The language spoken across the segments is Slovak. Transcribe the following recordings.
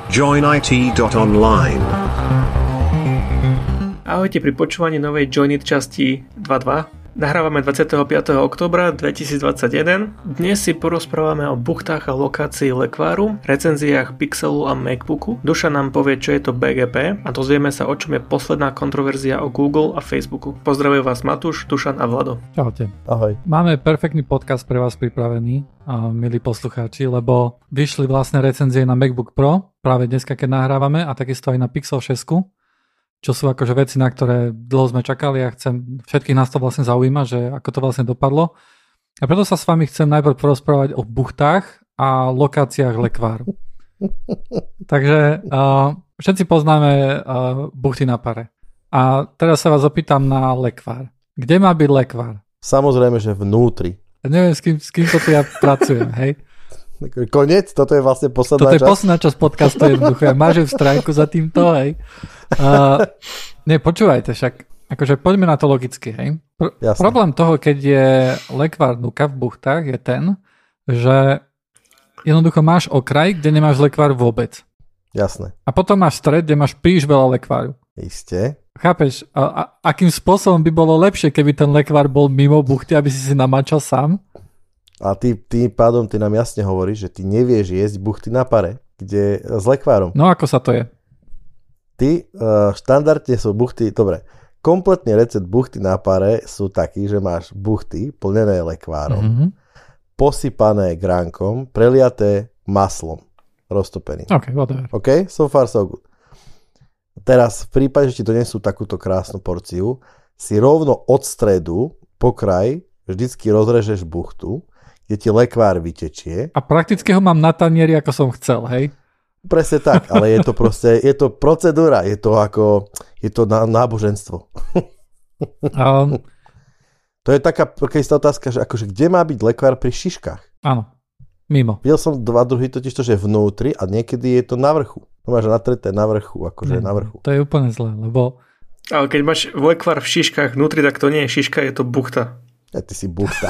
joinit.online. Ahojte pri počúvaní novej Joinit časti 2.2. Nahrávame 25. októbra 2021. Dnes si porozprávame o buchtách a lokácii lekváru, recenziách Pixelu a Macbooku. Dušan nám povie, čo je to BGP a dozvieme sa, o čom je posledná kontroverzia o Google a Facebooku. Pozdravujem vás Matúš, Dušan a Vlado. Čaute. Ahoj. Máme perfektný podcast pre vás pripravený, milí poslucháči, lebo vyšli vlastne recenzie na MacBook Pro práve dneska, keď nahrávame, a takisto aj na Pixel 6, čo sú akože veci, na ktoré dlho sme čakali a všetkých nás to vlastne zaujíma, že ako to vlastne dopadlo. A preto sa s vami chcem najprv porozprávať o buchtách a lokáciách lekváru. Takže všetci poznáme buchty na pare. A teraz sa vás opýtam na lekvár. Kde má byť lekvár? Samozrejme, že vnútri. Ja neviem, s kým to tu ja pracujem, hej? Koniec? Toto je vlastne posledná časť? Toto je posledná časť podcastu jednoducho. Ja mážem strajku za týmto, hej? Nie, počúvajte, však akože poďme na to logicky, hej? Problém toho, keď je lekvár v buchtách, je ten, že jednoducho máš okraj, kde nemáš lekvár vôbec. Jasné. A potom máš stred, kde máš príliš veľa lekváru. Isté. Chápeš? A akým spôsobom by bolo lepšie, keby ten lekvár bol mimo buchty, aby si namáčal sám? A tým pádom ty nám jasne hovoríš, že ty nevieš jesť buchty na pare, kde s lekvárom. No ako sa to je? Ty štandardne sú buchty, dobre, kompletný recept buchty na pare sú takí, že máš buchty plnené lekvárom, posypané gránkom, preliaté maslom roztopeným. OK, whatever. OK, so far so good. Teraz v prípade, že ti donesú takúto krásnu porciu, si rovno od stredu po kraj vždycky rozrežeš buchtu, kde ti lekvár vytečie. A prakticky ho mám na tanieri, ako som chcel, hej? Presne tak, ale je to proste, je to procedúra, je to náboženstvo. To je taká istá otázka, že akože kde má byť lekvár pri šiškách? Áno, mimo. Videl som dva druhy, totiž to, že vnútri a niekedy je to na vrchu. To máš natreté na vrchu, akože na vrchu. To je úplne zlé, lebo... Ale keď máš lekvár v šiškách vnútri, tak to nie je šiška, je to buchta. Ja, ty si buchta.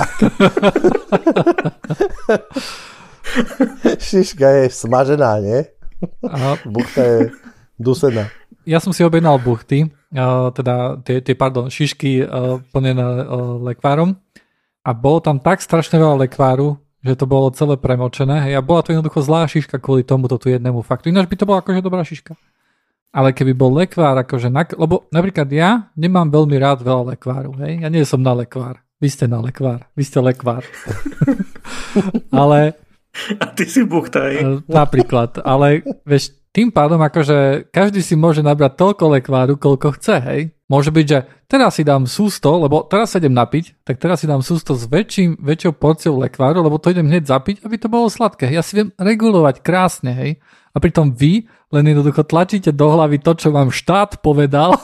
Šiška je smažená, nie? Buchta je dusená. Ja som si objednal buchty, teda šišky plnené lekvárom, a bolo tam tak strašne veľa lekváru, že to bolo celé premočené. A bola to jednoducho zlá šiška kvôli tomuto tu jednému faktu. Ináč by to bola akože dobrá šiška. Ale keby bol lekvár, akože lebo napríklad ja nemám veľmi rád veľa lekváru, hej? Ja nie som na lekvár. Vy ste na lekvár. Vy ste lekvár. Ale... A ty si buchta, hej? Napríklad. Ale vieš, tým pádom akože každý si môže nabrať toľko lekváru, koľko chce, hej? Môže byť, že teraz si dám sústo, lebo teraz sa idem napiť, tak teraz si dám sústo s väčšou porciou lekváru, lebo to idem hneď zapiť, aby to bolo sladké. Ja si viem regulovať krásne, hej? A pritom vy len jednoducho tlačíte do hlavy to, čo vám štát povedal,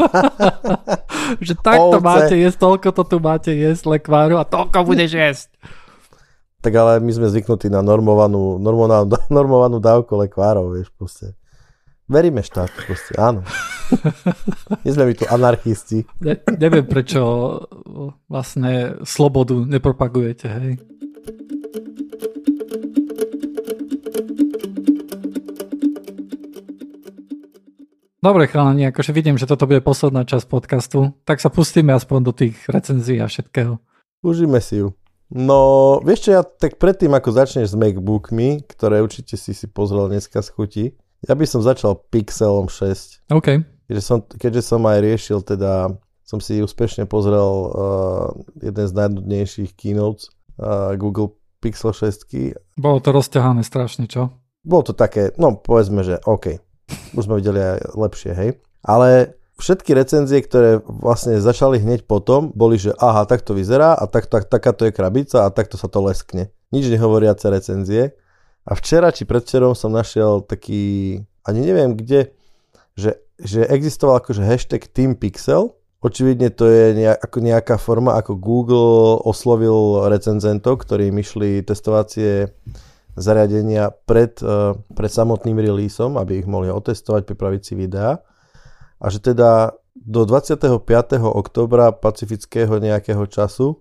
že takto máte jesť, toľko to tu máte jesť lekváru a toľko budeš jesť. Tak ale my sme zvyknutí na normovanú dávku lekvárov, vieš, proste. Veríme štátu, proste, áno. Nie sme my tu anarchisti. Neviem, prečo vlastne slobodu nepropagujete, hej. Dobre, chalani, akože vidím, že toto bude posledná časť podcastu, tak sa pustíme aspoň do tých recenzií a všetkého. Užíme si ju. No, vieš čo, ja tak predtým, ako začneš s MacBookmi, ktoré určite si pozrel dneska z chuti, ja by som začal Pixelom 6. OK. Keďže som aj riešil, teda som si úspešne pozrel jeden z najnudnejších keynotes Google Pixel 6. Bolo to rozťahané strašne, čo? Bolo to také, no povedzme, že OK. Už sme videli aj lepšie, hej. Ale všetky recenzie, ktoré vlastne začali hneď potom, boli, že aha, tak to vyzerá a takáto je krabica a takto sa to leskne. Nič nehovoriace recenzie. A včera či predvčerom som našiel taký, ani neviem kde, že existoval akože hashtag Team Pixel. Očividne to je nejaká forma, ako Google oslovil recenzentov, ktorí myšli testovacie zariadenia pred samotným releaseom, aby ich mohli otestovať, pripraviť si videá. A že teda do 25. októbra pacifického nejakého času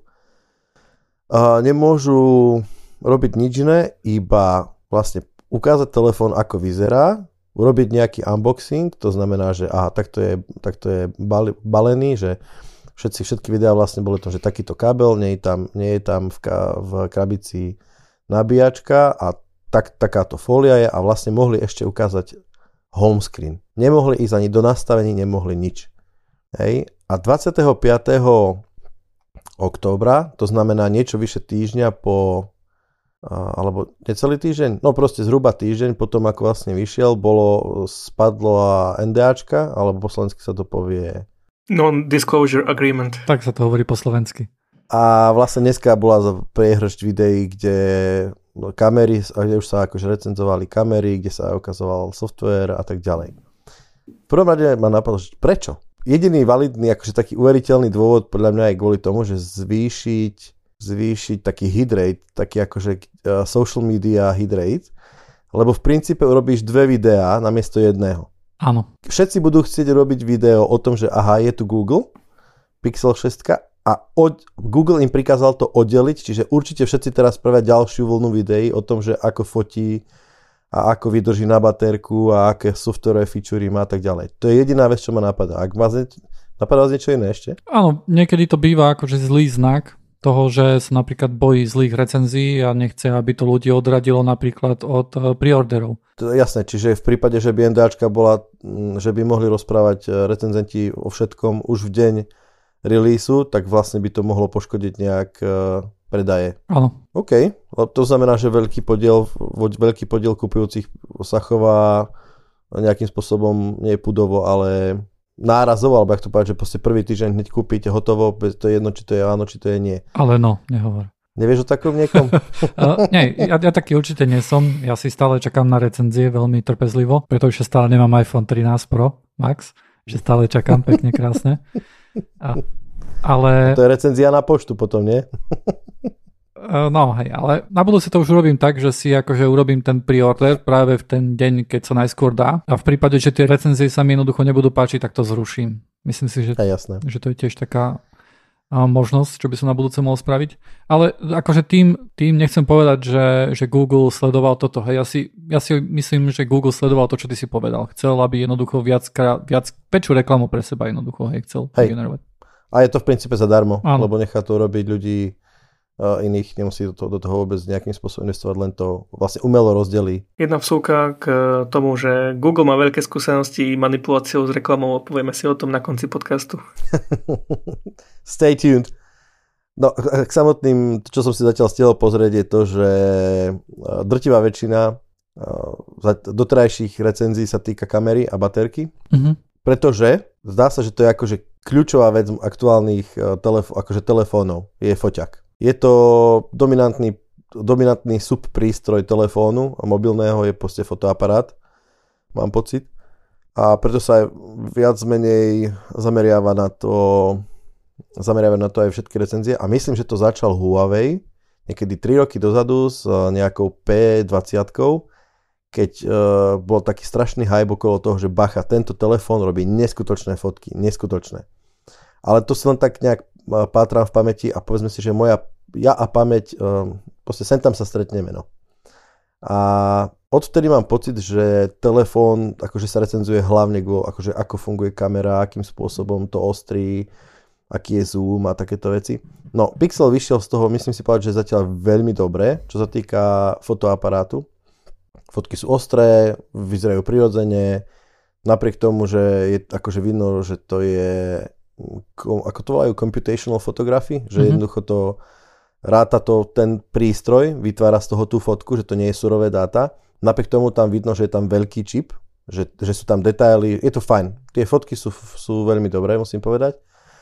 nemôžu robiť nič iné, iba vlastne ukázať telefón, ako vyzerá, urobiť nejaký unboxing, to znamená, že takto je balený, že všetky videá vlastne boli to, že takýto kábel, nie je tam v krabici nabíjačka a takáto fólia je a vlastne mohli ešte ukázať home screen. Nemohli ísť ani do nastavení, nemohli nič. Hej. A 25. októbra, to znamená niečo vyše týždňa alebo necelý týždeň, no proste zhruba týždeň potom, ako vlastne vyšiel, spadlo NDAčka, alebo po slovensky sa to povie Non-disclosure agreement. Tak sa to hovorí po slovensky. A vlastne dneska bola priehršť videí, kde kamery, kde už sa akože recenzovali kamery, kde sa ukazoval software a tak ďalej. V prvom rade ma napadlo, že prečo? Jediný validný, akože taký uveriteľný dôvod podľa mňa je kvôli tomu, že zvýšiť taký hit rate, taký akože social media hit rate, lebo v princípe urobíš 2 videá namiesto jedného. Áno. Všetci budú chcieť robiť video o tom, že je tu Google, Pixel 6 a Google im prikázal to oddeliť, čiže určite všetci teraz spravia ďalšiu vlnu videí o tom, že ako fotí a ako vydrží na baterku a aké software featurey má a tak ďalej. To je jediná vec, čo ma napadá. Napadá vás niečo iné ešte? Áno, niekedy to býva akože zlý znak toho, že sa napríklad bojí zlých recenzií a nechce, aby to ľudí odradilo napríklad od preorderov. To je jasné, čiže v prípade, že by NDAčka bola, že by mohli rozprávať recenzenti o všetkom už v deň releaseu, tak vlastne by to mohlo poškodiť nejak predaje. Áno. OK, to znamená, že veľký podiel kupujúcich sa chová nejakým spôsobom nie pudovo, ale nárazovo, alebo jak to povedať, že proste prvý týždeň hneď kúpite hotovo, to je jedno, či to je áno, či to je nie. Ale nehovor. Nevieš o takom niekom? Nie, ja taký určite nie som. Ja si stále čakám na recenzie veľmi trpezlivo, pretože stále nemám iPhone 13 Pro Max, že stále čakám pekne krásne. Ale... To je recenzia na poštu potom, nie? No hej, ale na budúce to už urobím tak, že si akože urobím ten pre-order práve v ten deň, keď sa najskôr dá. A v prípade, že tie recenzie sa mi jednoducho nebudú páčiť, tak to zruším. Myslím si, že to je tiež taká možnosť, čo by som na budúce mohol spraviť. Ale akože tým nechcem povedať, že Google sledoval toto. Hej, ja si myslím, že Google sledoval to, čo ty si povedal. Chcel, aby jednoducho viac väčšiu reklamu pre seba jednoducho chcel generovať. A je to v princípe zadarmo, lebo nechá to robiť ľudí iných, nemusí do toho vôbec nejakým spôsobom investovať, len to vlastne umelo rozdelí. Jedna vsúka k tomu, že Google má veľké skúsenosti manipuláciou s reklamou, povieme si o tom na konci podcastu. Stay tuned. No, k samotným, čo som si zatiaľ stihol pozrieť, je to, že drtivá väčšina doterajších recenzií sa týka kamery a baterky, pretože zdá sa, že to je akože kľúčová vec aktuálnych telefónov, je foťak. Je to dominantný subprístroj telefónu a mobilného je proste fotoaparát, mám pocit. A preto sa aj viac menej zameriava na to aj všetky recenzie. A myslím, že to začal Huawei niekedy 3 roky dozadu s nejakou P20, keď bol taký strašný hype okolo toho, že bacha, tento telefón robí neskutočné fotky, neskutočné. Ale to si len tak nejak pátram v pamäti a povedzme si, že ja a pamäť, proste sem tam sa stretneme, no. A odvtedy mám pocit, že telefón akože sa recenzuje hlavne akože ako funguje kamera, akým spôsobom to ostrí, aký je zoom a takéto veci. No, Pixel vyšiel z toho, myslím si povedať, že zatiaľ veľmi dobre, čo sa týka fotoaparátu. Fotky sú ostré, vyzerajú prirodzene, napriek tomu, že je akože vidno, že to je ako to volajú computational photography, že jednoducho to ráta to ten prístroj, vytvára z toho tú fotku, že to nie je surové dáta. Napriek tomu tam vidno, že je tam veľký čip, že sú tam detaily, je to fajn. Tie fotky sú veľmi dobré, musím povedať.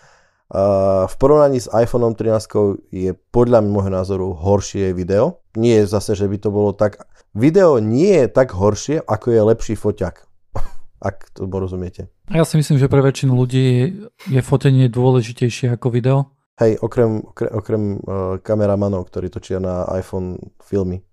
V porovnaní s iPhoneom 13 je podľa môjho názoru horšie video. Nie je zase, že by to bolo tak... Video nie je tak horšie, ako je lepší foťak. Ak to rozumiete. Ja si myslím, že pre väčšinu ľudí je fotenie dôležitejšie ako video. Hej, okrem kameramanov, ktorí točia na iPhone filmy.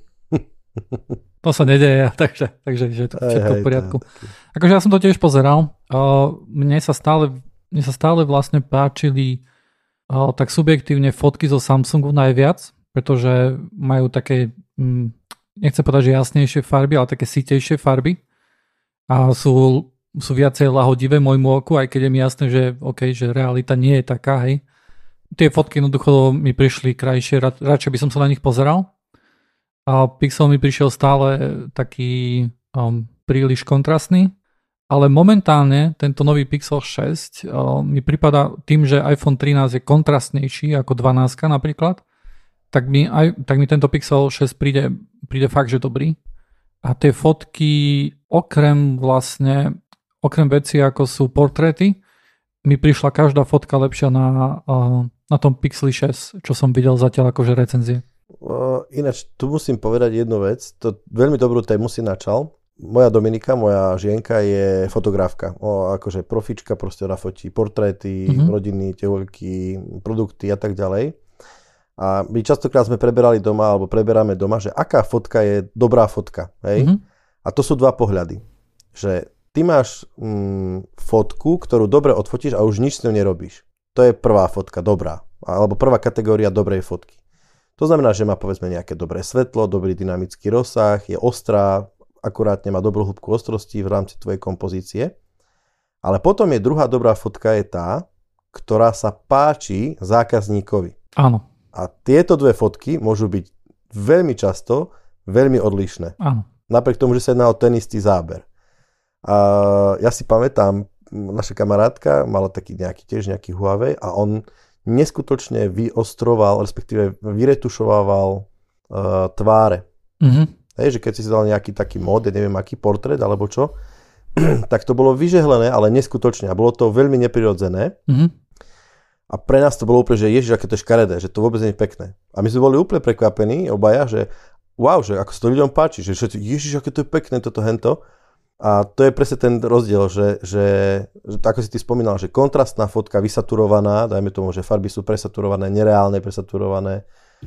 To sa nedeje, takže je to všetko v poriadku. Akože ja som to tiež pozeral. Mne sa stále vlastne páčili tak subjektívne fotky zo Samsungu najviac, pretože majú také, nechcem povedať, že jasnejšie farby, ale také sítejšie farby. a sú viacej lahodivé môjmu oku, aj keď je mi jasné, že OK, že realita nie je taká, hej. Tie fotky jednoducho mi prišli krajšie, radšej by som sa na nich pozeral. A Pixel mi prišiel stále taký príliš kontrastný, ale momentálne tento nový Pixel 6 mi prípada tým, že iPhone 13 je kontrastnejší ako 12 napríklad, tak mi tento Pixel 6 príde fakt, že dobrý. A tie fotky okrem veci ako sú portréty, mi prišla každá fotka lepšia na tom Pixeli 6, čo som videl zatiaľ akože recenzie. Ináč, tu musím povedať jednu vec, to veľmi dobrú tému si načal. Moja Dominika, moja žienka je fotografka. Akože profička, proste ona fotí portréty, rodiny, tehoľky, produkty a tak ďalej. A my častokrát sme preberáme doma, že aká fotka je dobrá fotka. Hej? A to sú dva pohľady. Že ty máš fotku, ktorú dobre odfotíš a už nič s ňou nerobíš. To je prvá fotka, dobrá. Alebo prvá kategória dobrej fotky. To znamená, že má povedzme nejaké dobré svetlo, dobrý dynamický rozsah, je ostrá, akurátne má dobrú hĺbku ostrosti v rámci tvojej kompozície. Ale potom je druhá dobrá fotka je tá, ktorá sa páči zákazníkovi. Áno. A tieto dve fotky môžu byť veľmi často veľmi odlišné. Áno. Napriek tomu, že sa jedná o ten istý záber. A ja si pamätám, naša kamarátka mala tiež nejaký Huawei a on neskutočne vyostroval, respektíve vyretušovával tváre. Hej, že keď si dal nejaký taký mod, ja neviem aký portrét alebo čo, tak to bolo vyžehlené, ale neskutočne. A bolo to veľmi neprirodzené. A pre nás to bolo úplne, že ježiš, aké to je škaredé, že to vôbec nie je pekné. A my sme boli úplne prekvapení, obaja, že wow, že ako sa to ľuďom páči, že ježiš, aké to je pekné, toto, hento. A to je presne ten rozdiel, že ako si ty spomínal, že kontrastná fotka vysaturovaná, dajme tomu, že farby sú presaturované, nereálne presaturované.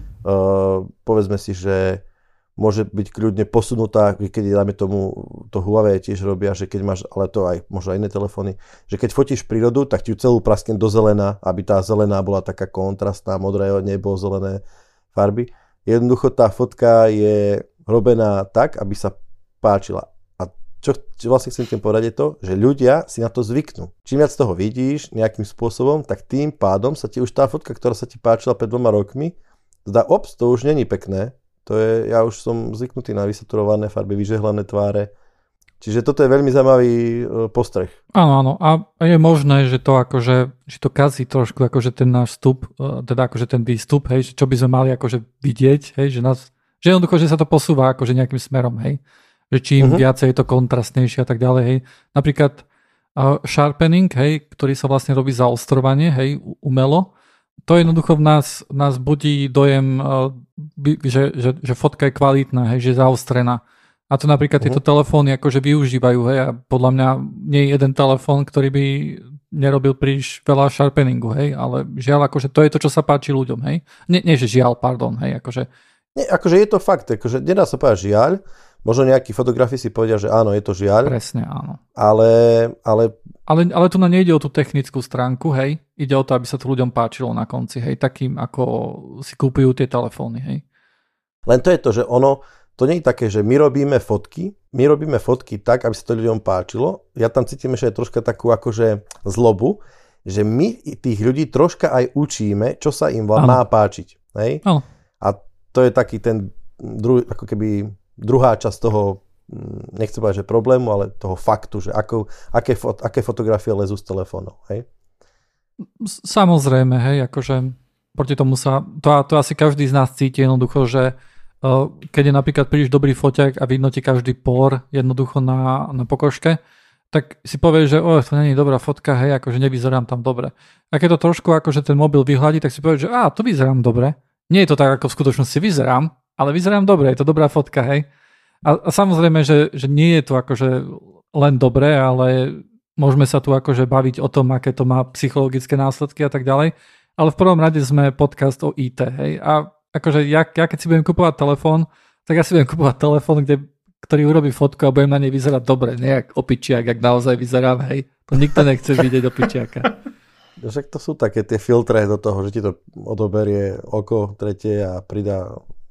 Povedzme si, že môže byť kľudne posunutá, keď dáme tomu, to Huawei tiež robia, že keď máš, ale to aj možno aj iné telefóny, že keď fotíš prírodu, tak ti ju celú praskne do zelena, aby tá zelená bola taká kontrastná, modré nebo, zelené farby. Jednoducho tá fotka je robená tak, aby sa páčila. A čo vlastne chcem tým povedať je to, že ľudia si na to zvyknú. Čím viac toho vidíš nejakým spôsobom, tak tým pádom sa ti už tá fotka, ktorá sa ti páčila pred 2 rokmi, zdá, to už není pekné. Ja už som zvyknutý na vysaturované farby, vyžehlené tváre. Čiže toto je veľmi zaujímavý postreh. Áno. A je možné, že to akože, že to kazí trošku akože ten náš vstup, teda akože ten výstup, hej, čo by sme mali akože vidieť, hej, že jednoducho, že sa to posúva akože nejakým smerom, hej. Že čím viacej je to kontrastnejšie a tak ďalej, hej. Napríklad sharpening, hej, ktorý sa vlastne robí zaostrovanie, hej, umelo. To jednoducho v nás budí dojem, že fotka je kvalitná, hej, že je zaostrená. A to napríklad tieto telefóny akože využívajú, hej, a podľa mňa nie je jeden telefón, ktorý by nerobil príliš veľa sharpeningu, hej, ale žiaľ, akože to je to, čo sa páči ľuďom, hej. Nie, že žiaľ, pardon, hej, akože. Nie, akože je to fakt, akože nedá sa povedať žiaľ, možno nejakí fotografi si povedia, že áno, je to žiaľ. Presne, áno. Ale tu na nejde o tú technickú stránku, hej. Ide o to, aby sa to ľuďom páčilo na konci, hej. Takým, ako si kúpujú tie telefóny, hej. Len to je to, že to nie je také, že my robíme fotky tak, aby sa to ľuďom páčilo. Ja tam cítim ešte troška takú akože zlobu, že my tých ľudí troška aj učíme, čo sa im má páčiť, hej. Áno. A to je taký ten ako keby druhá časť toho, nechcem povedať, že problému, ale toho faktu, že aké fotografie lezú z telefónov, hej? Samozrejme, hej, akože proti tomu to asi každý z nás cíti jednoducho, že keď je napríklad príliš dobrý foťák a vidno ti každý por jednoducho na pokožke, tak si povieš, že to nie je dobrá fotka, hej, akože nevyzerám tam dobre. A keď to trošku akože ten mobil vyhladí, tak si povieš, že to vyzerám dobre. Nie je to tak, ako v skutočnosti vyzerám, ale vyzerám dobre, je to dobrá fotka, hej. A samozrejme, že nie je to akože len dobré, ale môžeme sa tu akože baviť o tom, aké to má psychologické následky a tak ďalej. Ale v prvom rade sme podcast o IT, hej. A akože ja keď si budem kupovať telefón, tak ja si budem kupovať telefón, ktorý urobí fotku a budem na nej vyzerať dobre, nie jak opičiak, jak naozaj vyzerám, hej. To nikto nechce vidieť opičiaka. Však to sú také tie filtre do toho, že ti to odoberie oko tretie a pridá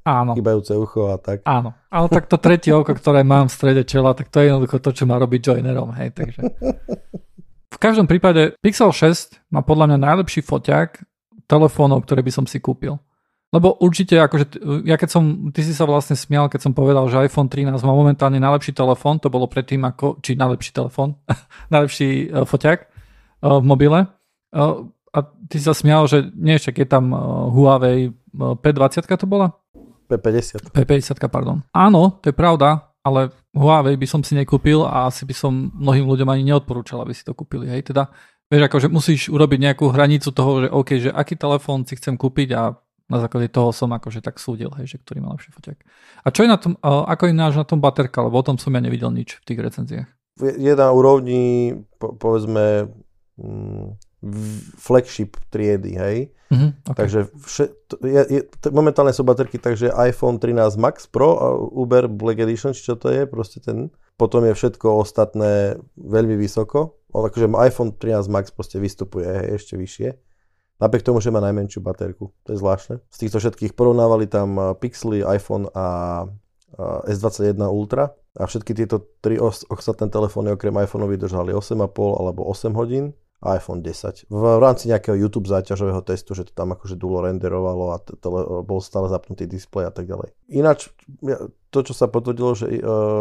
Áno. chýbajúce ucho a tak. Áno, ale tak to tretie oko, ktoré mám v strede čela, tak to je jednoducho to, čo má robiť joinerom, hej, takže. V každom prípade Pixel 6 má podľa mňa najlepší foťák telefónov, ktoré by som si kúpil. Lebo určite, akože, ty si sa vlastne smial, keď som povedal, že iPhone 13 má momentálne najlepší telefón, to bolo predtým či najlepší telefón, najlepší foťák v mobile. A ty si sa smial, že nie, však je tam Huawei P20 to bola? P50. P50, pardon. Áno, to je pravda, ale Huawei by som si nekúpil a asi by som mnohým ľuďom ani neodporúčal, aby si to kúpili. Hej, teda, vieš, akože musíš urobiť nejakú hranicu toho, že OK, že aký telefón si chcem kúpiť a na základe toho som akože tak súdil, hej, že ktorý má lepší foťák. A čo je na tom, ako je na tom baterka, lebo o tom som ja nevidel nič v tých recenziách. Je na úrovni, povedzme, flagship triedy, hej. Okay. Takže momentálne sú baterky, takže iPhone 13 Max Pro a Uber Black Edition, či čo to je, proste ten. Potom je všetko ostatné veľmi vysoko. Takže iPhone 13 Max proste vystupuje, hej, ešte vyššie. Napriek tomu, že má najmenšiu baterku. To je zvláštne. Z týchto všetkých porovnávali tam Pixely, iPhone a S21 Ultra. A všetky tieto tri ostatné telefóny okrem iPhoneu vydržali 8,5 alebo 8 hodín. iPhone 10. V rámci nejakého YouTube záťažového testu, že to tam akože dlho renderovalo a bol stále zapnutý displej a tak ďalej. Ináč, to, čo sa potvrdilo, že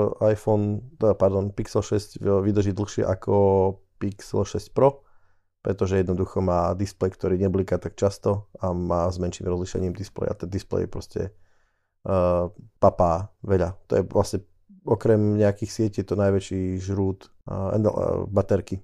Pixel 6 vydrží dlhšie ako Pixel 6 Pro, pretože jednoducho má displej, ktorý nebliká tak často a má s menším rozlíšením displej a ten displej proste papá veľa. To je vlastne okrem nejakých sietí to najväčší žrút baterky.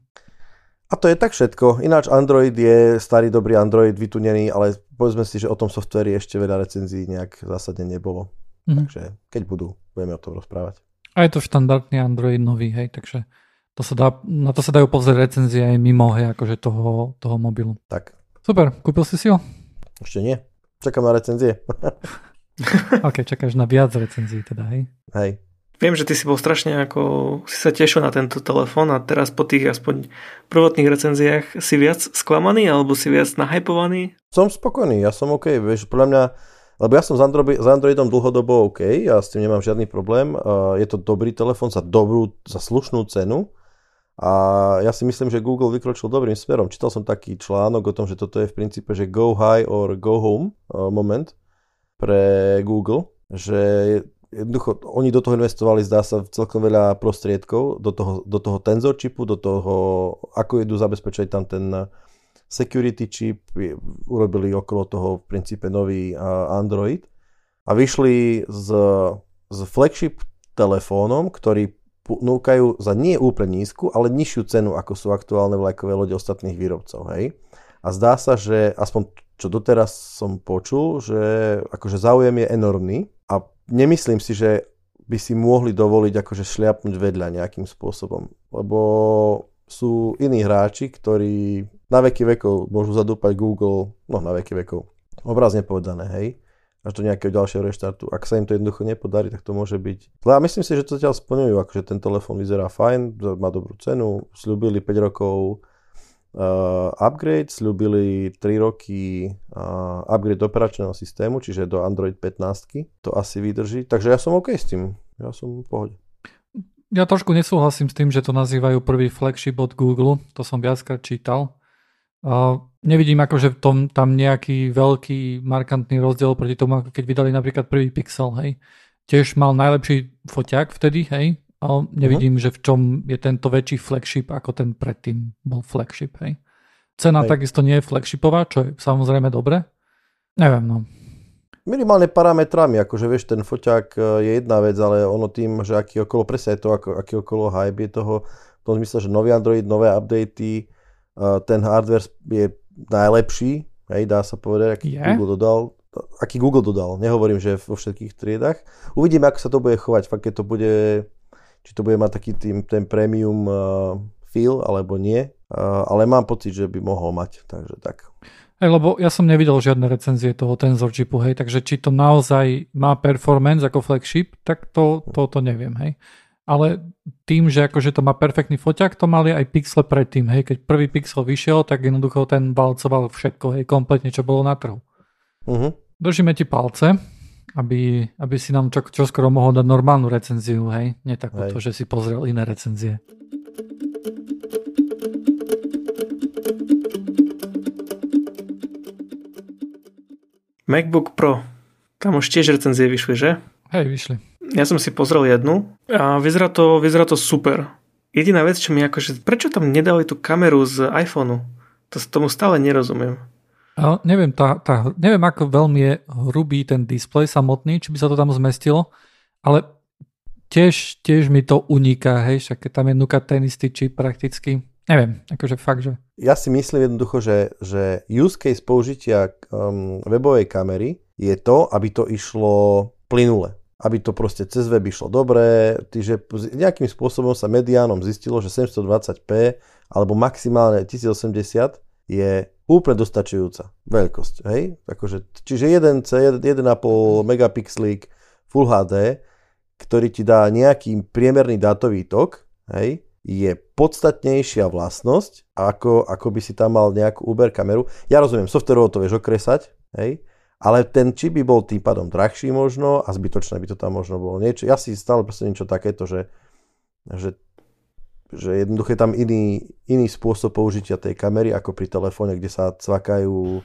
A to je tak všetko. Ináč Android je starý dobrý Android vytunený, ale povedzme si, že o tom softveri ešte veľa recenzií nejak zásadne nebolo. Takže keď budeme o tom rozprávať. A je to štandardný Android nový, hej, takže na to sa dajú pozrieť recenzie aj mimo, hej, akože toho mobilu. Tak. Super, kúpil si ho? Ešte nie. Čakám na recenzie. OK, čakáš na viac recenzií teda, hej? Hej. Viem, že ty si bol strašne si sa tešil na tento telefón a teraz po tých aspoň prvotných recenziách si viac sklamaný alebo si viac nahypovaný? Som spokojný, ja som OK, vieš, podľa mňa, lebo ja som s Androidom dlhodobo OK, ja s tým nemám žiadny problém, je to dobrý telefón za slušnú cenu a ja si myslím, že Google vykročil dobrým smerom. Čítal som taký článok o tom, že toto je v princípe, že go high or go home moment pre Google, že jednoducho, oni do toho investovali, zdá sa, celkom veľa prostriedkov, do toho tensor chipu, do toho, ako idú zabezpečiť tam ten security chip, urobili okolo toho v princípe nový Android a vyšli s flagship telefónom, ktorý núkajú za nie úplne nízku, ale nižšiu cenu, ako sú aktuálne vlajkové lode ostatných výrobcov, hej. A zdá sa, že aspoň čo doteraz som počul, že akože záujem je enormný a nemyslím si, že by si mohli dovoliť akože šliapnúť vedľa nejakým spôsobom, lebo sú iní hráči, ktorí na veky vekov môžu zadúpať Google, no na veky vekov, obrazne povedané, hej, až do nejakého ďalšieho reštartu. Ak sa im to jednoducho nepodarí, tak to môže byť. A myslím si, že to zatiaľ splňujú, akože ten telefón vyzerá fajn, má dobrú cenu, sľúbili 5 rokov upgrade, sľúbili 3 roky upgrade operačného systému, čiže do Android 15 to asi vydrží, takže ja som OK s tým, ja som v pohode. Ja trošku nesúhlasím s tým, že to nazývajú prvý flagship od Google, to som viackrát čítal. Nevidím akože tam nejaký veľký markantný rozdiel proti tomu, ako keď vydali napríklad prvý Pixel, hej. Tiež mal najlepší foťák vtedy, hej. Ale nevidím, že v čom je tento väčší flagship, ako ten predtým bol flagship, hej. Cena takisto nie je flagshipová, čo je samozrejme dobre. Neviem, no. Minimálne parametrami, akože vieš, ten foťák je jedna vec, ale ono tým, že aký okolo, presne je to, aký okolo hype je toho, v tom zmysle, že nový Android, nové updaty, ten hardware je najlepší, hej, dá sa povedať, aký Google dodal. Nehovorím, že vo všetkých triedách. Uvidíme, ako sa to bude chovať, fakt, keď to bude, či to bude mať taký ten premium feel, alebo nie, ale mám pocit, že by mohol mať, takže tak. Hej, lebo ja som nevidel žiadne recenzie toho tensor chipu, hej, takže či to naozaj má performance ako flagship, tak to neviem, hej. Ale tým, že akože to má perfektný foťák, to mali aj Pixel predtým, hej, keď prvý Pixel vyšiel, tak jednoducho ten balcoval všetko, hej, kompletne, čo bolo na trhu. Držíme ti palce, aby si nám čoskoro mohol dať normálnu recenziu, hej? Nie takúto, Hej. že si pozrel iné recenzie. MacBook Pro. Tam už tiež recenzie vyšli, že? Hej, vyšli. Ja som si pozrel jednu a vyzerá to super. Jediná vec, čo mi akože, prečo tam nedali tú kameru z iPhoneu? Tomu stále nerozumiem. Neviem, neviem, ako veľmi je hrubý ten displej samotný, či by sa to tam zmestilo, ale tiež mi to uniká, hej, však keď tam je nuka ten istý čip prakticky. Neviem, akože fakt, že... Ja si myslím jednoducho, že use case použitia webovej kamery je to, aby to išlo plynule. Aby to proste cez web išlo dobre, že nejakým spôsobom sa mediánom zistilo, že 720p alebo maximálne 1080 je úplne dostačujúca veľkosť. Hej? Čiže 1,5 megapixelík Full HD, ktorý ti dá nejaký priemerný dátový tok, hej, je podstatnejšia vlastnosť, ako by si tam mal nejakú Uber kameru. Ja rozumiem, softwarovo to vieš okresať, hej, ale ten čip by bol tým pádom drahší možno a zbytočné by to tam možno bolo niečo. Ja si stále predstavím niečo takéto, že jednoducho je tam iný spôsob použitia tej kamery ako pri telefóne, kde sa cvakajú